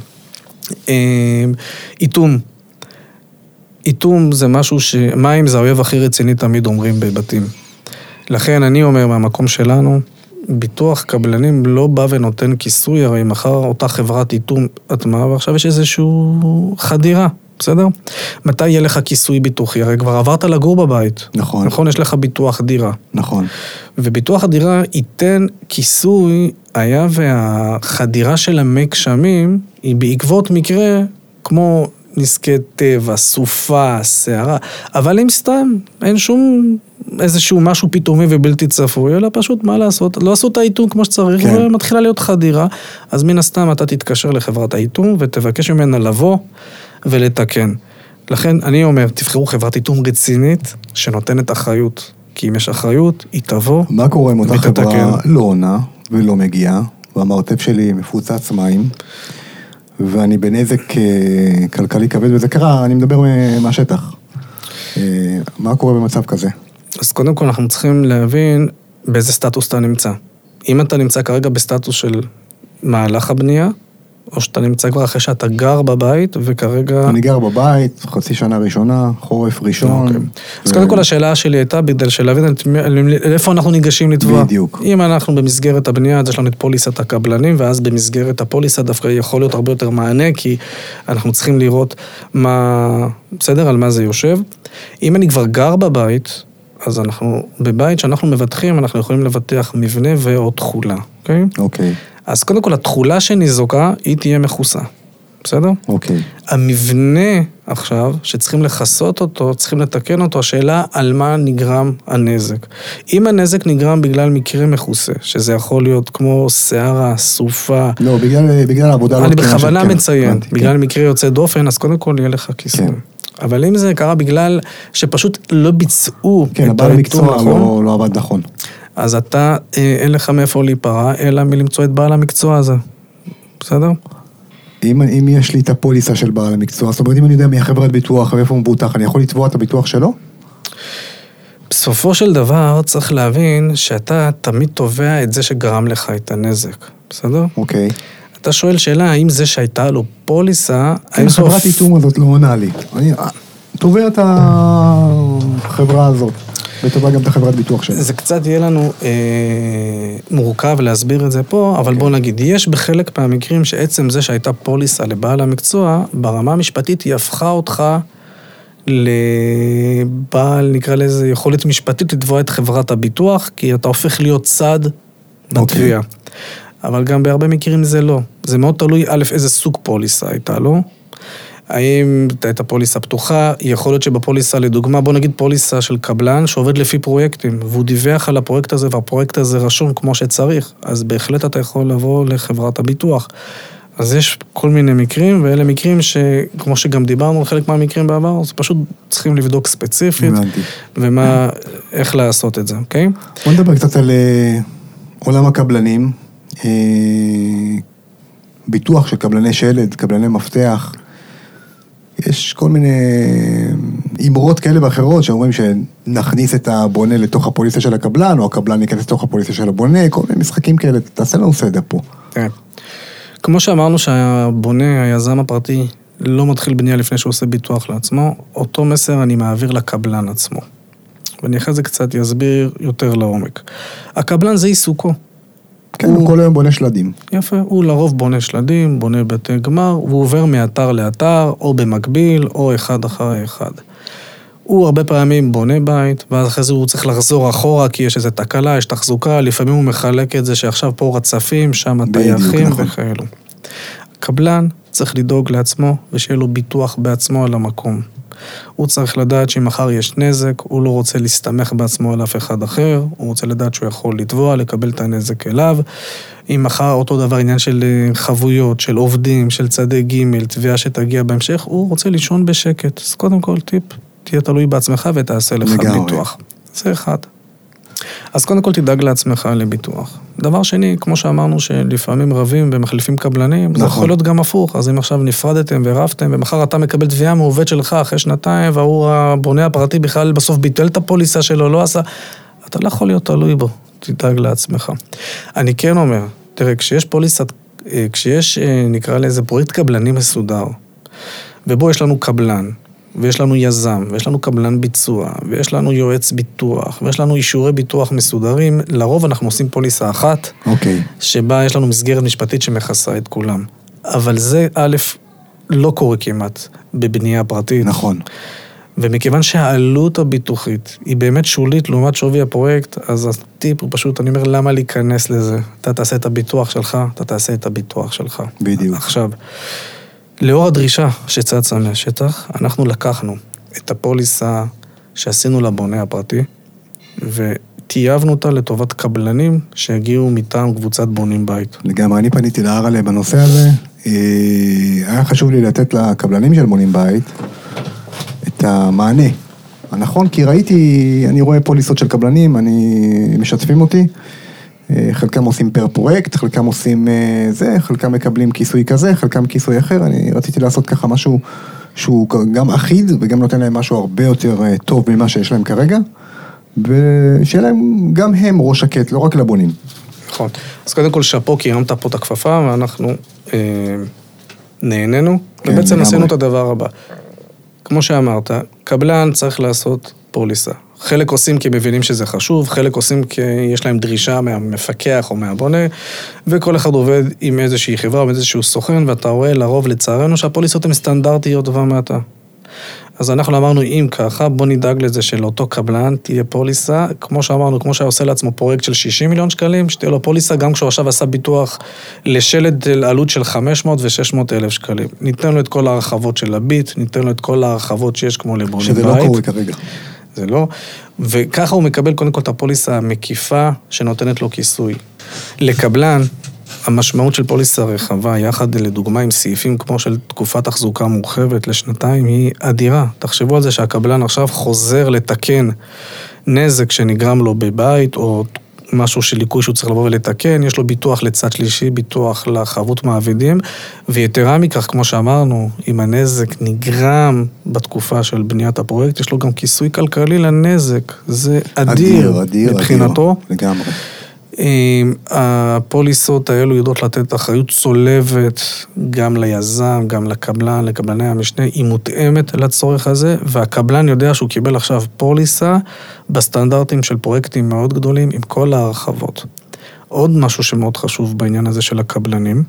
Speaker 2: איתום. איתום זה משהו מים זה האויב הכי רציני תמיד אומרים בבתים. לכן אני אומר מהמקום שלנו, ביטוח קבלנים לא בא ונותן כיסוי, הרי מחר אותה חברת איתום אטמה, ועכשיו יש איזשהו חדירה, בסדר? מתי יהיה לך כיסוי ביטוחי? הרי כבר עברת לגור בבית.
Speaker 1: נכון.
Speaker 2: נכון, יש לך ביטוח דירה.
Speaker 1: נכון.
Speaker 2: וביטוח הדירה ייתן כיסוי, היה והחדירה של המי גשמים, היא בעקבות מקרה כמו נזקי טבע, סופה, שערה, אבל אם סתם, אין שום איזשהו משהו פתאומי ובלתי צפוי, אלא פשוט מה לעשות, לא עשו את האיתום כמו שצריך, כן. ומתחילה להיות חדירה, אז מן הסתם אתה תתקשר לחברת האיתום, ותבקש ממנה לבוא ולתקן. לכן אני אומר, תבחרו חברת איתום רצינית, שנותנת אחריות, כי אם יש אחריות, היא תבוא,
Speaker 1: מה קורה אם אותה חברה לא עונה ולא מגיעה, והמרתף שלי מפוצץ מים, ואני בנזק כלכלי כבד, וזה קרה, אני מדבר מהשטח. מה קורה במצב כזה?
Speaker 2: אז קודם כל אנחנו צריכים להבין באיזה סטטוס אתה נמצא. אם אתה נמצא כרגע בסטטוס של מהלך הבנייה, או שאתה נמצא כבר אחרי שאתה גר בבית, וכרגע...
Speaker 1: אני גר בבית, חצי שנה ראשונה, חורף ראשון.
Speaker 2: אוקיי. אז קודם כל השאלה שלי הייתה, בגלל שלהבין איפה אנחנו ניגשים לתבוע.
Speaker 1: בדיוק.
Speaker 2: אם אנחנו במסגרת הבנייה, אז יש לנו את פוליסת הקבלנים, ואז במסגרת הפוליסה דווקא יכול להיות הרבה יותר מענה, כי אנחנו צריכים לראות מה... בסדר? על מה זה יושב. אם אני כבר גר בבית, אז אנחנו, בבית שאנחנו מבטחים, אנחנו יכולים לבטח מבנה ועוד תחולה, אוקיי?
Speaker 1: אוקיי.
Speaker 2: אז קודם כל, התחולה שניזוקה, היא תהיה מכוסה, בסדר?
Speaker 1: אוקיי.
Speaker 2: המבנה עכשיו, שצריכים לחסות אותו, צריכים לתקן אותו, השאלה על מה נגרם הנזק. אם הנזק נגרם בגלל מקרה מכוסה, שזה יכול להיות כמו שערה, סופה...
Speaker 1: לא, בגלל העבודה לא...
Speaker 2: אני בכוונה מציין, בגלל מקרה יוצא דופן, אז קודם כל יהיה לך כיסוי. אבל אם זה קרה בגלל שפשוט לא ביצעו...
Speaker 1: כן, הבעל המקצוע לא עבד נכון.
Speaker 2: אז אתה, אין לך מאיפה להיפרע, אלא מלמצוא את בעל המקצוע הזה. בסדר?
Speaker 1: אם יש לי את הפוליסה של בעל המקצוע, זאת אומרת, אם אני יודע מי חברת ביטוח ואיפה הוא מבוטח, אני יכול לתבוע את הביטוח שלו?
Speaker 2: בסופו של דבר, צריך להבין שאתה תמיד תובע את זה שגרם לך את הנזק. בסדר?
Speaker 1: אוקיי.
Speaker 2: אתה שואל שאלה, האם זה שהייתה לו פוליסה...
Speaker 1: חברת איתום הזאת לא עונה לי. אני תובע את החברה הזאת. ותובע גם את החברת ביטוח שלה.
Speaker 2: זה קצת יהיה לנו מורכב להסביר את זה פה, אבל בוא נגיד, יש בחלק מהמקרים שעצם זה שהייתה פוליסה לבעל המקצוע, ברמה המשפטית היא הפכה אותך לבעל, נקרא לזה, יכולת משפטית לתבוע את חברת הביטוח, כי אתה הופך להיות צד בתביעה. אבל גם בהרבה מקרים זה לא. זה מאוד תלוי א' איזה סוג פוליסה הייתה לו. האם הייתה פוליסה פתוחה, יכול להיות שבפוליסה, לדוגמה, בוא נגיד פוליסה של קבלן שעובד לפי פרויקטים, והוא דיווח על הפרויקט הזה, והפרויקט הזה רשום כמו שצריך, אז בהחלט אתה יכול לבוא לחברת הביטוח. אז יש כל מיני מקרים, ואלה מקרים שכמו שגם דיברנו, חלק מהמקרים בעבר, אז פשוט צריכים לבדוק ספציפית, איך לעשות את זה, אוקיי?
Speaker 1: בוא נדבר קצת על עולם הקבלנים, ביטוח של קבלני שלד, קבלני מפתח, יש כל מיני אמרות כאלה ואחרות שאומרים שנכניס את הבונה לתוך הפוליסה של הקבלן, או הקבלן ייכנס לתוך הפוליסה של הבונה, כל מיני משחקים כאלה, תעשה לנו סדר פה.
Speaker 2: כן. כמו שאמרנו שהבונה, היזם הפרטי, לא מתחיל בנייה לפני שהוא עושה ביטוח לעצמו, אותו מסר אני מעביר לקבלן עצמו. ואני אחרי זה קצת יסביר יותר לעומק. הקבלן זה עיסוקו.
Speaker 1: כן, הוא כל היום בונה שלדים.
Speaker 2: יפה, הוא לרוב בונה שלדים, בונה בתי גמר, והוא עובר מאתר לאתר, או במקביל, או אחד אחרי אחד. הוא הרבה פעמים בונה בית, ואז אחרי זה הוא צריך לחזור אחורה, כי יש איזו תקלה, יש תחזוקה, לפעמים הוא מחלק את זה שעכשיו פה רצפים, שם טייחים וכאלו. הקבלן צריך לדאוג לעצמו, ושיהיה לו ביטוח בעצמו על המקום. הוא צריך לדעת שאם מחר יש נזק, הוא לא רוצה להסתמך בעצמו על אף אחד אחר, הוא רוצה לדעת שהוא יכול לתבוע, לקבל את הנזק אליו. אם מחר אותו דבר עניין של חבויות, של עובדים, של צדי ג' תביעה שתגיע בהמשך, הוא רוצה לישון בשקט. אז קודם כל טיפ, תהיה תלוי בעצמך ותעשה לך ביטוח. זה אחד. אז קודם כל תדאג לעצמך לביטוח. דבר שני, כמו שאמרנו שלפעמים רבים ומחליפים קבלנים, זה יכול להיות גם הפוך. אז אם עכשיו נפרדתם ורבתם, ומחר אתה מקבל תביעה מעובד שלך אחרי שנתיים, והוא הבונה הפרטי בכלל בסוף ביטל את הפוליסה שלו, לא עשה, אתה לא יכול להיות תלוי בו, תדאג לעצמך. אני כן אומר, תראה, כשיש פוליסת, כשיש נקרא לאיזה פרויקט קבלני מסודר, ובו יש לנו קבלן, ויש לנו יזם, ויש לנו קבלן ביצוע, ויש לנו יועץ ביטוח, ויש לנו אישורי ביטוח מסודרים, לרוב אנחנו עושים פוליסה אחת, שבה יש לנו מסגרת משפטית שמכסה את כולם. אבל זה א', לא קורה כמעט בבנייה פרטית.
Speaker 1: נכון.
Speaker 2: ומכיוון שהעלות הביטוחית היא באמת שולית לעומת שווי הפרויקט, אז הטיפ הוא פשוט, אני אומר, למה להיכנס לזה? אתה תעשה את הביטוח שלך, אתה תעשה את הביטוח שלך.
Speaker 1: בדיוק.
Speaker 2: עכשיו, לאור הדרישה שצצה מהשטח, אנחנו לקחנו את הפוליסה שעשינו לבונה הפרטי, וטייבנו אותה לטובת קבלנים שהגיעו מטעם קבוצת בונים בית.
Speaker 1: לגמרי, אני פניתי להרלה בנושא הזה, היה חשוב לי לתת לקבלנים של בונים בית את המענה הנכון, כי ראיתי, אני רואה פוליסות של קבלנים, משתפים אותי, חלקם עושים פר פרויקט, חלקם עושים זה, חלקם מקבלים כיסוי כזה, חלקם כיסוי אחר, אני רציתי לעשות ככה משהו שהוא גם אחיד, וגם נותן להם משהו הרבה יותר טוב ממה שיש להם כרגע, ושיהיה להם גם הם ראש שקט, לא רק לבונים.
Speaker 2: נכון. אז קודם כל שפו, כי הרמת פה את הכפפה, ואנחנו נהנינו,
Speaker 1: כן,
Speaker 2: ובעצם
Speaker 1: לגמרי.
Speaker 2: עשינו את הדבר הבא. כמו שאמרת, קבלן צריך לעשות פוליסה. חלק עושים כי מבינים שזה חשוב, חלק עושים כי יש להם דרישה מהמפקח או מהבונה, וכל אחד עובד עם איזושהי חברה או עם איזשהו סוכן, ואתה רואה לרוב לצערנו שהפוליסות הן סטנדרטיות ומעטה. אז אנחנו אמרנו, אם ככה, בוא נדאג לזה שלאותו קבלן תהיה פוליסה, כמו שאמרנו, כמו שעושה לעצמו פרויקט של 60 מיליון שקלים, שתהיה לו פוליסה גם כשהוא עכשיו עשה ביטוח לשלד עלות של 500 ו-600 אלף שקלים. ניתן לו את כל ההרחבות של הביט, ניתן לו את כל ההרחבות שיש כמו לבונים בית.
Speaker 1: שזה לא קורה כרגע.
Speaker 2: זה לא, וככה הוא מקבל קודם כל את הפוליסה המקיפה שנותנת לו כיסוי. לקבלן, המשמעות של פוליסה רחבה, יחד לדוגמה עם סעיפים כמו של תקופת תחזוקה מורחבת לשנתיים, היא אדירה. תחשבו על זה שהקבלן עכשיו חוזר לתקן נזק שנגרם לו בבית, או משהו של ליקוי שהוא צריך לבוא ולתקן, יש לו ביטוח לצד שלישי, ביטוח לחבות מעבידים, ויתרה מכך, כמו שאמרנו, אם הנזק נגרם בתקופה של בניית הפרויקט, יש לו גם כיסוי כלכלי לנזק. זה אדיר מבחינתו.
Speaker 1: לגמרי.
Speaker 2: הפוליסות האלו יודעות לתת אחריות צולבת גם ליזם, גם לקבלן, לקבלני המשנה, היא מותאמת לצורך הזה, והקבלן יודע שהוא קיבל עכשיו פוליסה בסטנדרטים של פרויקטים מאוד גדולים עם כל ההרחבות. עוד משהו שמאוד חשוב בעניין הזה של הקבלנים,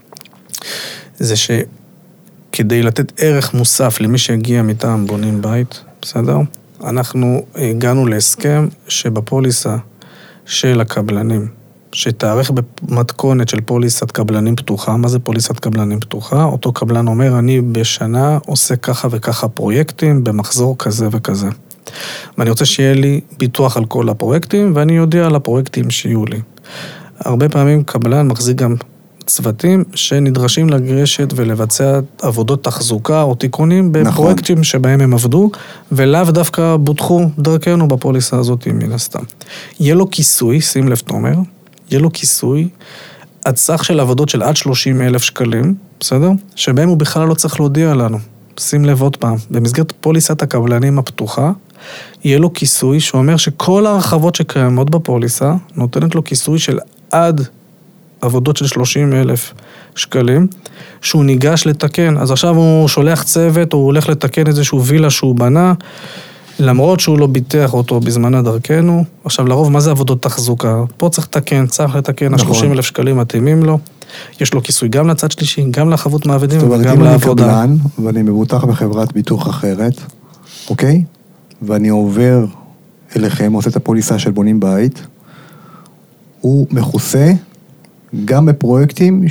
Speaker 2: זה שכדי לתת ערך מוסף למי שהגיע מטעם בונים בית, בסדר? אנחנו הגענו להסכם שבפוליסה של הקבלנים, שתארך במתכונת של פוליסת קבלנים פתוחה. מה זה פוליסת קבלנים פתוחה? אותו קבלן אומר, אני בשנה עושה ככה וככה פרויקטים, במחזור כזה וכזה. ואני רוצה שיהיה לי ביטוח על כל הפרויקטים, ואני יודע על הפרויקטים שיהיו לי. הרבה פעמים קבלן מחזיק גם צוותים שנדרשים לגרשת ולבצע עבודות תחזוקה או תיקונים בפרויקטים נכון. שבהם הם עבדו, ולאו דווקא בוטחו דרכנו בפוליסה הזאת מן הסתם. יהיה לו כיסוי, שים לב תומר, יהיה לו כיסוי, עד סך של עבודות של עד 30,000 שקלים, בסדר? שבהם הוא בכלל לא צריך להודיע לנו. שים לב עוד פעם, במסגרת פוליסת הקבלנים הפתוחה, יהיה לו כיסוי שאומר שכל ההרחבות שקיימות בפוליסה, נותנת לו כיסוי של עד עבודות של 30,000 שקלים, שהוא ניגש לתקן. אז עכשיו הוא שולח צוות, הוא הולך לתקן איזשהו וילה שהוא בנה, למרות שהוא לא ביטח אותו בזמנה דרכנו. עכשיו לרוב, מה זה עבודות תחזוקה? פה צריך לתקן, נכון. 30,000 שקלים מתאימים לו. יש לו כיסוי גם לצד שלישי, גם לחבות מעבידים וגם לעבודה.
Speaker 1: זאת אומרת, אם אני קבלן, ואני מבוטח בחברת ביטוח אחרת, אוקיי? ואני עובר אליכם, עושה את הפוליסה של בונים בית, הוא מכוסה גם בפרויקטים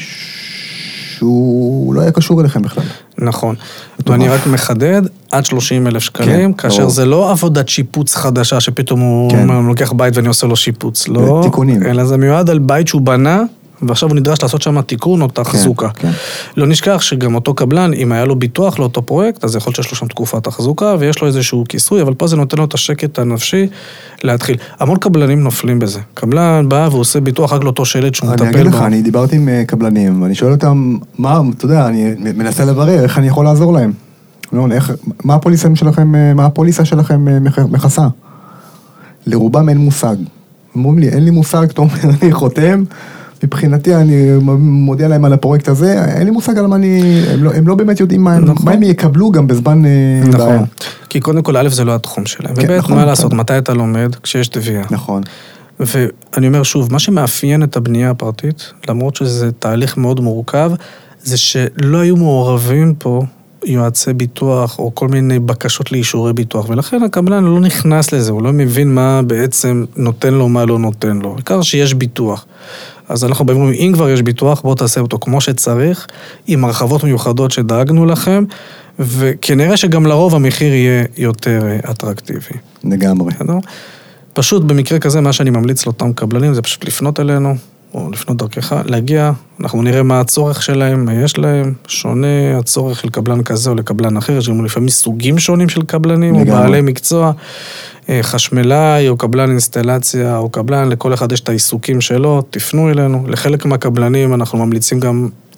Speaker 1: שהוא לא היה קשור אליכם בכלל.
Speaker 2: נכון. ואני רק מחדד, עד 30,000 שקלים, כאשר זה לא עבודת שיפוץ חדשה, שפתאום הוא לוקח בית ואני עושה לו שיפוץ. לא, אלא זה מיועד על בית שהוא בנה, ועכשיו הוא נדרש לעשות שם תיקון או תחזוקה. לא נשכח שגם אותו קבלן, אם היה לו ביטוח לאותו פרויקט, אז יכול שיש לו שם תקופת תחזוקה, ויש לו איזשהו כיסוי, אבל פה זה נותן לו את השקט הנפשי להתחיל. המון קבלנים נופלים בזה. קבלן בא ועושה ביטוח רק לאותו שלד שהוא מטפל בו.
Speaker 1: אני אגיד לך, אני דיברתי עם קבלנים, ואני שואל אותם, אתה יודע, אני מנסה לברר, איך אני יכול לעזור להם? מה הפוליסה שלכם מכסה? לרובם אין מושג. אומרים לי, אין לי מושג, אני חותם, מבחינתי אני מודיע להם על הפרויקט הזה, אין לי מושג על מה הם לא באמת יודעים מה הם יקבלו גם בזמן
Speaker 2: נכון, כי קודם כל א' זה לא התחום שלהם, וב' מה לעשות, מתי אתה לומד? כשיש תביעה.
Speaker 1: נכון.
Speaker 2: ואני אומר שוב, מה שמאפיין את הבנייה הפרטית, למרות שזה תהליך מאוד מורכב, זה שלא היו מעורבים פה יועצי ביטוח או כל מיני בקשות לאישורי ביטוח, ולכן הקבלן לא נכנס לזה, הוא לא מבין מה בעצם נותן לו, מה לא נותן לו. בעיקר שיש ביטוח. אז אנחנו אומרים, אם כבר יש ביטוח, בואו תעשה אותו כמו שצריך, עם הרחבות מיוחדות שדאגנו לכם, וכנראה שגם לרוב המחיר יהיה יותר אטרקטיבי.
Speaker 1: לגמרי.
Speaker 2: פשוט במקרה כזה, מה שאני ממליץ לאותם קבלנים, זה פשוט לפנות אלינו, או לפנות דרכך, להגיע, אנחנו נראה מה הצורך שלהם, מה יש להם, שונה הצורך של קבלן כזה או לקבלן אחר, יש גם לפעמים סוגים שונים של קבלנים, או בעלי מקצוע, חשמלאי, או קבלן אינסטלציה, או קבלן, לכל אחד יש את העיסוקים שלו, תפנו אלינו. לחלק מהקבלנים אנחנו ממליצים גם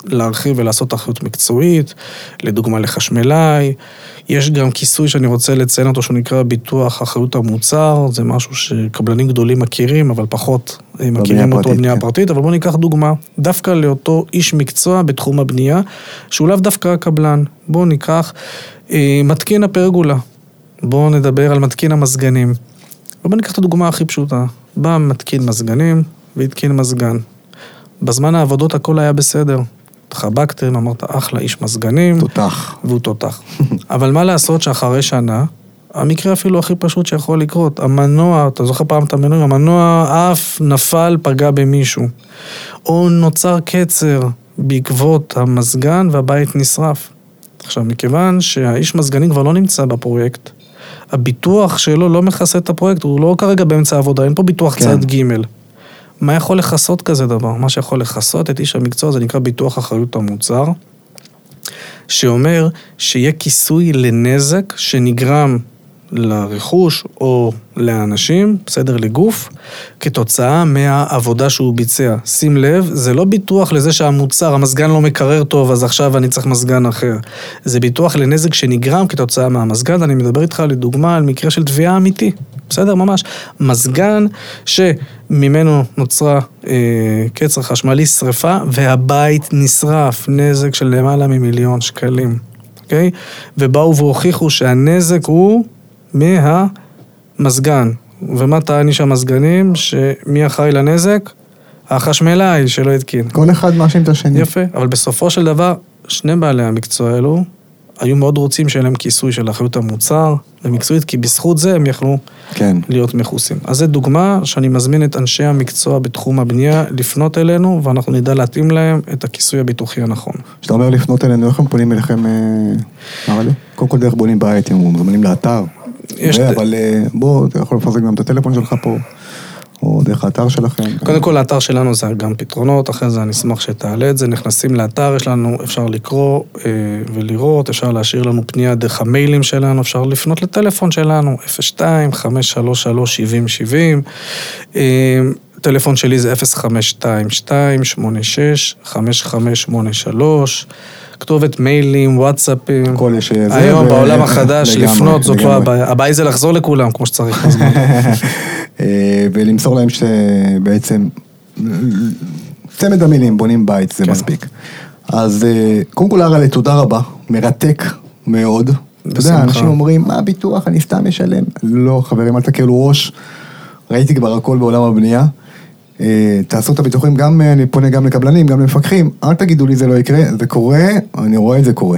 Speaker 2: להרחיב ולעשות אחריות מקצועית, לדוגמה לחשמלאי. יש גם כיסוי שאני רוצה לציין אותו, שהוא נקרא ביטוח אחריות המוצר, זה משהו שקבלנים גדולים מכירים, אבל פחות מכירים אותו בבנייה פרטית, אבל בואו ניקח דוגמה, דווקא לאותו איש מקצוע בתחום הבנייה, שהוא לאו דווקא הקבלן. בואו ניקח מתקין הפרגולה, בואו נדבר על מתקין המזגנים, ובואו ניקח את הדוגמה הכי פשוטה, בא מתקין מזגנים והתקין מזגן. בזמן העבודות הכל היה בסדר. התחבקתם, אמרת אחלה איש מזגנים.
Speaker 1: תותח.
Speaker 2: והוא תותח. אבל מה לעשות שאחרי שנה, המקרה אפילו הכי פשוט שיכול לקרות, המנוע, אתה זוכר פעם את המנוע, המנוע אף נפל, פגע במישהו. או נוצר קצר בעקבות המזגן והבית נשרף. עכשיו, מכיוון שהאיש מזגנים כבר לא נמצא בפרויקט, הביטוח שלו לא מכסה את הפרויקט, הוא לא כרגע באמצע העבודה, אין פה ביטוח צד ג'. מה יכול לחסות כזה דבר? מה שיכול לחסות את איש המקצוע, זה נקרא ביטוח אחריות המוצר, שאומר שיהיה כיסוי לנזק שנגרם לרכוש או לאנשים, בסדר, לגוף, כתוצאה מהעבודה שהוא ביצע. שים לב, זה לא ביטוח לזה שהמוצר, המזגן לא מקרר טוב, אז עכשיו אני צריך מזגן אחר. זה ביטוח לנזק שנגרם כתוצאה מהמזגן, אני מדבר איתך לדוגמה על מקרה של תביעה אמיתי, בסדר, ממש. מזגן שממנו נוצרה קצר חשמלי שריפה, והבית נשרף, נזק של למעלה מ1,000,000 שקלים, אוקיי? ובאו והוכיחו שהנזק הוא מהמזגן. ומה טען איש המזגנים? שמי אחראי לנזק? החשמלאי שלא התקין.
Speaker 1: כל אחד מאשים את השני.
Speaker 2: יפה, אבל בסופו של דבר, שני בעלי המקצוע האלו, היו מאוד רוצים שיהיה להם כיסוי של אחריות המוצר, ומקצועית, כי בזכות זה הם יכלו להיות מכוסים. אז זו דוגמה שאני מזמין את אנשי המקצוע בתחום הבנייה לפנות אלינו, ואנחנו נדע להתאים להם את הכיסוי הביטוחי הנכון.
Speaker 1: כשאתה אומר לפנות אלינו, איך הם פונים אליכם, מרלי? קודם כל דרך בונים בית, הם מוזמנים לאתר. אבל בוא, אתה יכול לפרסם גם את הטלפון שלך פה, או דרך האתר שלכם.
Speaker 2: קודם כל, האתר שלנו זה גם פתרונות, אחרי זה אני אשמח שתעלה את זה, נכנסים לאתר, יש לנו, אפשר לקרוא ולראות, אפשר להשאיר לנו פנייה דרך המיילים שלנו, אפשר לפנות לטלפון שלנו, 02-533-7070, טלפון שלי זה 0522-86-5583, כתובת מיילים, וואטסאפים.
Speaker 1: הכל יש זה.
Speaker 2: היום בעולם החדש, לפנות, זאת לא הבעיה. הבעיה זה לחזור לכולם, כמו שצריך בזמן.
Speaker 1: ולמסור להם שבעצם, צמד המילים, בונים בית, זה מספיק. אז קודם כל, הרלי, תודה רבה, מרתק מאוד. אתה יודע, אנשים אומרים, מה הביטוח, אני סתם משלם. לא, חברים, אל תקלו ראש. ראיתי כבר הכל בעולם הבנייה. תעשו את הביטוחים, גם, אני פונה גם לקבלנים, גם למפקחים, אל תגידו לי זה לא יקרה, זה קורה, אני רואה את זה קורה.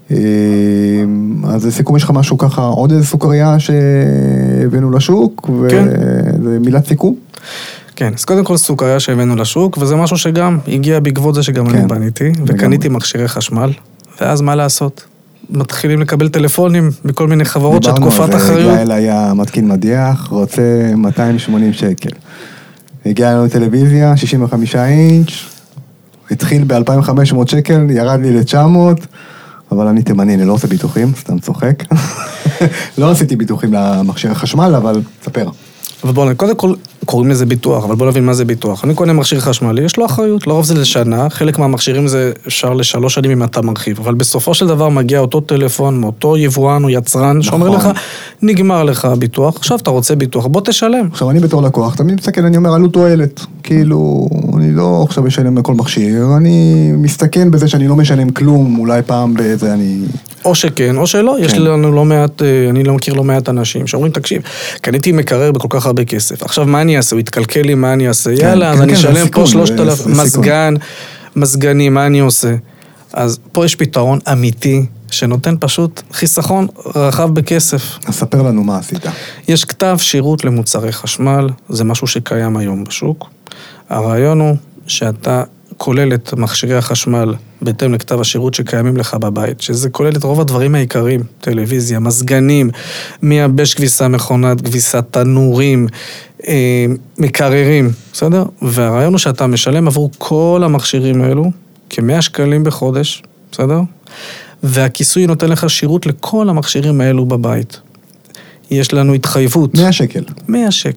Speaker 1: אז לסיכום, יש לך משהו ככה, עוד איזה סוכריה שהבאנו לשוק, וזה מילת סיכום?
Speaker 2: כן, אז קודם כל סוכריה שהבאנו לשוק, וזה משהו שגם הגיע בעקבות זה שגם אני בניתי, וקניתי מכשירי חשמל, ואז מה לעשות? מתחילים לקבל טלפונים מכל מיני חברות שהתקופת אחריות.
Speaker 1: גאל היה מתקין מדיח, רוצה 280 שקל. הגיע לנו טלוויזיה, 65 אינץ', התחיל ב-2,500 שקל, ירד לי ל-900, אבל אני תימני, אני לא עושה ביטוחים, סתם צוחק. לא עשיתי ביטוחים למכשיר החשמל, אבל ספר.
Speaker 2: אבל בואו, קודם כל קוראים לזה ביטוח, אבל בואו נבין מה זה ביטוח. אני קונה מכשיר חשמלי, יש לו אחריות, לרוב זה לשנה, חלק מהמכשירים זה אפשר ל3 שנים אם אתה מרחיב, אבל בסופו של דבר מגיע אותו טלפון, מאותו יבואן או יצרן, שאומר לך, נגמר לך הביטוח, עכשיו אתה רוצה ביטוח, בוא תשלם.
Speaker 1: עכשיו אני בתור לקוח, תמיד מסתכל, אני אומר, עלות תועלת, כאילו, אני לא עכשיו משלם לכל מכשיר, אני מסתכן בזה שאני לא משלם כלום, אולי פעם בזה אני...
Speaker 2: או שכן, או שלא, יש לנו לא מעט, אני לא מכיר לא מעט אנשים שאומרים, תקשיב, קניתי מקרר בכל כך הרבה כסף, עכשיו מה אני אעשה? הוא יתקלקל לי, מה אני אעשה? יאללה, אז אני אשלם פה 3,000 מזגנים, מה אני עושה? אז פה יש פתרון אמיתי, שנותן פשוט חיסכון רחב בכסף.
Speaker 1: אז ספר לנו מה עשית.
Speaker 2: יש כתב שירות למוצרי חשמל, זה משהו שקיים היום בשוק. הרעיון הוא שאתה כולל את מכשירי החשמל בהתאם לכתב השירות שקיימים לך בבית, שזה כולל את רוב הדברים העיקריים, טלוויזיה, מזגנים, מייבש כביסה, מכונת כביסה, תנורים, מקררים, בסדר? והרעיון הוא שאתה משלם עבור כל המכשירים האלו, כ100 שקלים בחודש, בסדר? והכיסוי נותן לך שירות לכל המכשירים האלו בבית. יש לנו התחייבות.
Speaker 1: 100 שקל.
Speaker 2: 100 שקל.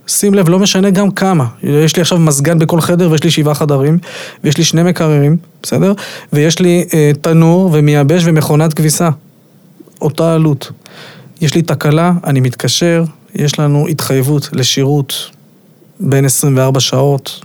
Speaker 2: שים לב, לא משנה גם כמה. יש לי עכשיו מזגן בכל חדר, ויש לי 7 חדרים, ויש לי 2 מקררים, בסדר? ויש לי תנור ומייבש ומכונת כביסה. אותה עלות. יש לי תקלה, אני מתקשר, יש לנו התחייבות לשירות בין 24 שעות,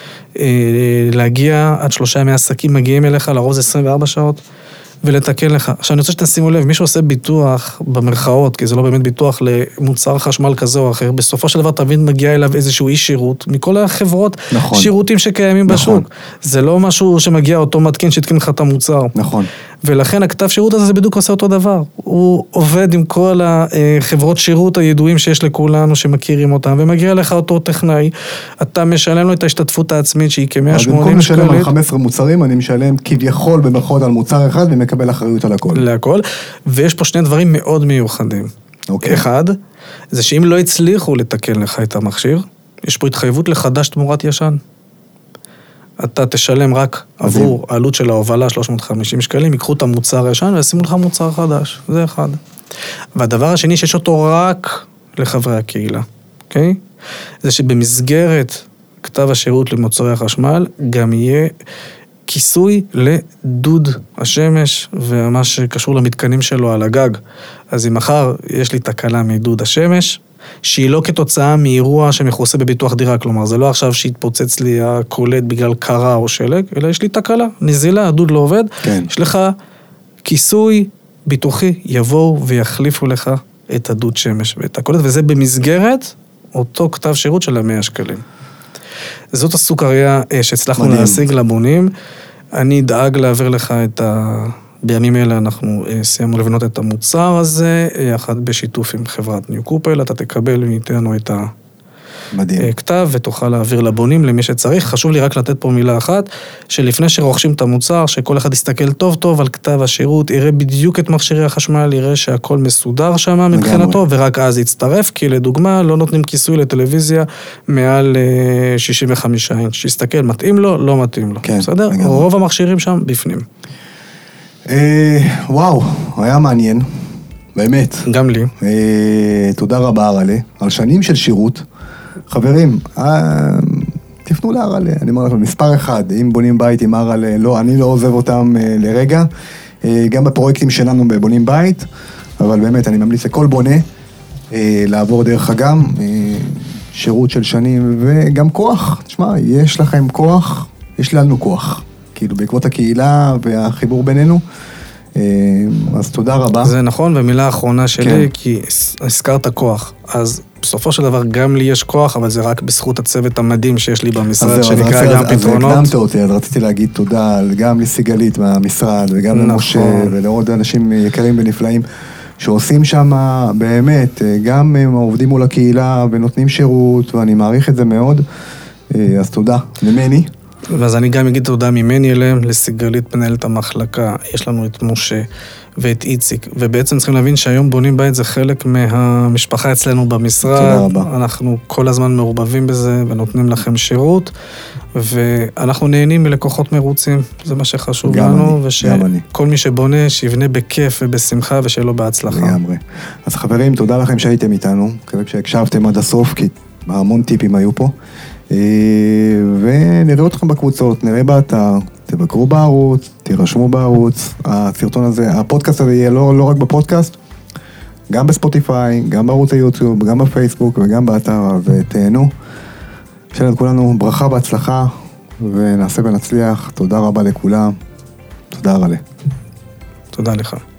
Speaker 2: להגיע עד 3 ימי עסקים מגיעים אליך, לרוז 24 שעות, ולתקן לך. עכשיו אני רוצה שתשימו לב, מי שעושה ביטוח במרכאות, כי זה לא באמת ביטוח למוצר חשמל כזה או אחר, בסופו של דבר תמיד מגיע אליו איזשהו אי שירות, מכל החברות
Speaker 1: נכון.
Speaker 2: שירותים שקיימים
Speaker 1: נכון.
Speaker 2: בשוק. זה לא משהו שמגיע אותו מתקין שהתקין לך את המוצר.
Speaker 1: נכון.
Speaker 2: ולכן הכתב שירות הזה זה בדיוק עושה אותו דבר. הוא עובד עם כל החברות שירות הידועים שיש לכולנו, שמכירים אותם, ומגיע לך אותו טכנאי, אתה משלם לו את ההשתתפות העצמית שהיא כ-180 שקלים.
Speaker 1: במקום לשלם על 15 מוצרים, אני משלם כביכול במרכאות על מוצר אחד, ומקבל אחריות על הכל.
Speaker 2: להכל, ויש פה 2 דברים מאוד מיוחדים.
Speaker 1: אוקיי.
Speaker 2: אחד, זה שאם לא הצליחו לתקן לך את המכשיר, יש פה התחייבות לחדש תמורת ישן. אתה תשלם רק עבור העלות של ההובלה 350 שקלים, ייקחו את המוצר הישן וישימו לך מוצר חדש. זה אחד. והדבר השני שיש אותו רק לחברי הקהילה, אוקיי? זה שבמסגרת כתב השירות למוצרי החשמל, גם יהיה כיסוי לדוד השמש ומה שקשור למתקנים שלו על הגג. אז אם מחר יש לי תקלה מדוד השמש, שהיא לא כתוצאה מאירוע שמכוסה בביטוח דירה, כלומר, זה לא עכשיו שהתפוצץ לי הקולט בגלל קרה או שלג, אלא יש לי תקלה, נזילה, הדוד לא עובד,
Speaker 1: כן.
Speaker 2: יש לך כיסוי ביטוחי, יבואו ויחליפו לך את הדוד שמש ואת הקולט, וזה במסגרת אותו כתב שירות של 100 שקלים. זאת הסוכריה שהצלחנו להשיג לבונים, אני אדאג להעביר לך את בימים אלה אנחנו סיימנו לבנות את המוצר הזה, יחד בשיתוף עם חברת ניו קופל, אתה תקבל מאיתנו את הכתב ותוכל להעביר לבונים למי שצריך. חשוב לי רק לתת פה מילה אחת, שלפני שרוכשים את המוצר, שכל אחד יסתכל טוב טוב על כתב השירות, יראה בדיוק את מכשירי החשמל, יראה שהכל מסודר שם מבחינתו, ורק אז יצטרף, כי לדוגמה לא נותנים כיסוי לטלוויזיה מעל 65 אינץ', שיסתכל מתאים לו, לא מתאים לו,
Speaker 1: כן,
Speaker 2: בסדר? רוב המכשירים שם בפנים.
Speaker 1: וואו, היה מעניין, באמת.
Speaker 2: גם לי.
Speaker 1: תודה רבה הרלה, על שנים של שירות. חברים, תפנו להרלה, אני אומר לכם, מספר אחד, אם בונים בית עם הרלה, לא, אני לא עוזב אותם לרגע, גם בפרויקטים שלנו בבונים בית, אבל באמת, אני ממליץ לכל בונה, לעבור דרך אגם, שירות של שנים, וגם כוח, תשמע, יש לכם כוח, יש לנו כוח. כאילו בעקבות הקהילה והחיבור בינינו, אז תודה רבה.
Speaker 2: זה נכון, ומילה האחרונה שלי, כי הזכרת כוח, אז בסופו של דבר גם לי יש כוח, אבל זה רק בזכות הצוות המדהים שיש לי במשרד, שנקרא גם פתרונות.
Speaker 1: אז הקדמת אותי, אז רציתי להגיד תודה גם לסיגלית מהמשרד, וגם למשה, ולעוד אנשים יקרים ונפלאים, שעושים שם באמת, גם הם עובדים מול הקהילה, ונותנים שירות, ואני מעריך את זה מאוד, אז תודה, ממני.
Speaker 2: ואז אני גם אגיד תודה ממני אליהם, לסיגלית מנהלת המחלקה, יש לנו את משה ואת איציק, ובעצם צריכים להבין שהיום בונים בית זה חלק מהמשפחה אצלנו במשרד, אנחנו כל הזמן מעורבבים בזה ונותנים לכם שירות, ואנחנו נהנים מלקוחות מרוצים, זה מה שחשוב לנו, ושכל מי שבונה שיבנה בכיף ובשמחה ושיהיה לו בהצלחה.
Speaker 1: לגמרי. אז חברים, תודה לכם שהייתם איתנו, מקווה שהקשבתם עד הסוף, כי המון טיפים היו פה. ונראה אתכם בקבוצות, נראה באתר, תבקרו בערוץ, תירשמו בערוץ, הסרטון הזה, הפודקאסט הזה יהיה לא רק בפודקאסט, גם בספוטיפיי, גם בערוץ היוטיוב, גם בפייסבוק וגם באתר, ותהנו. שיהיה לכולנו ברכה בהצלחה, ונעשה ונצליח. תודה רבה לכולם. תודה רבה.
Speaker 2: תודה לך.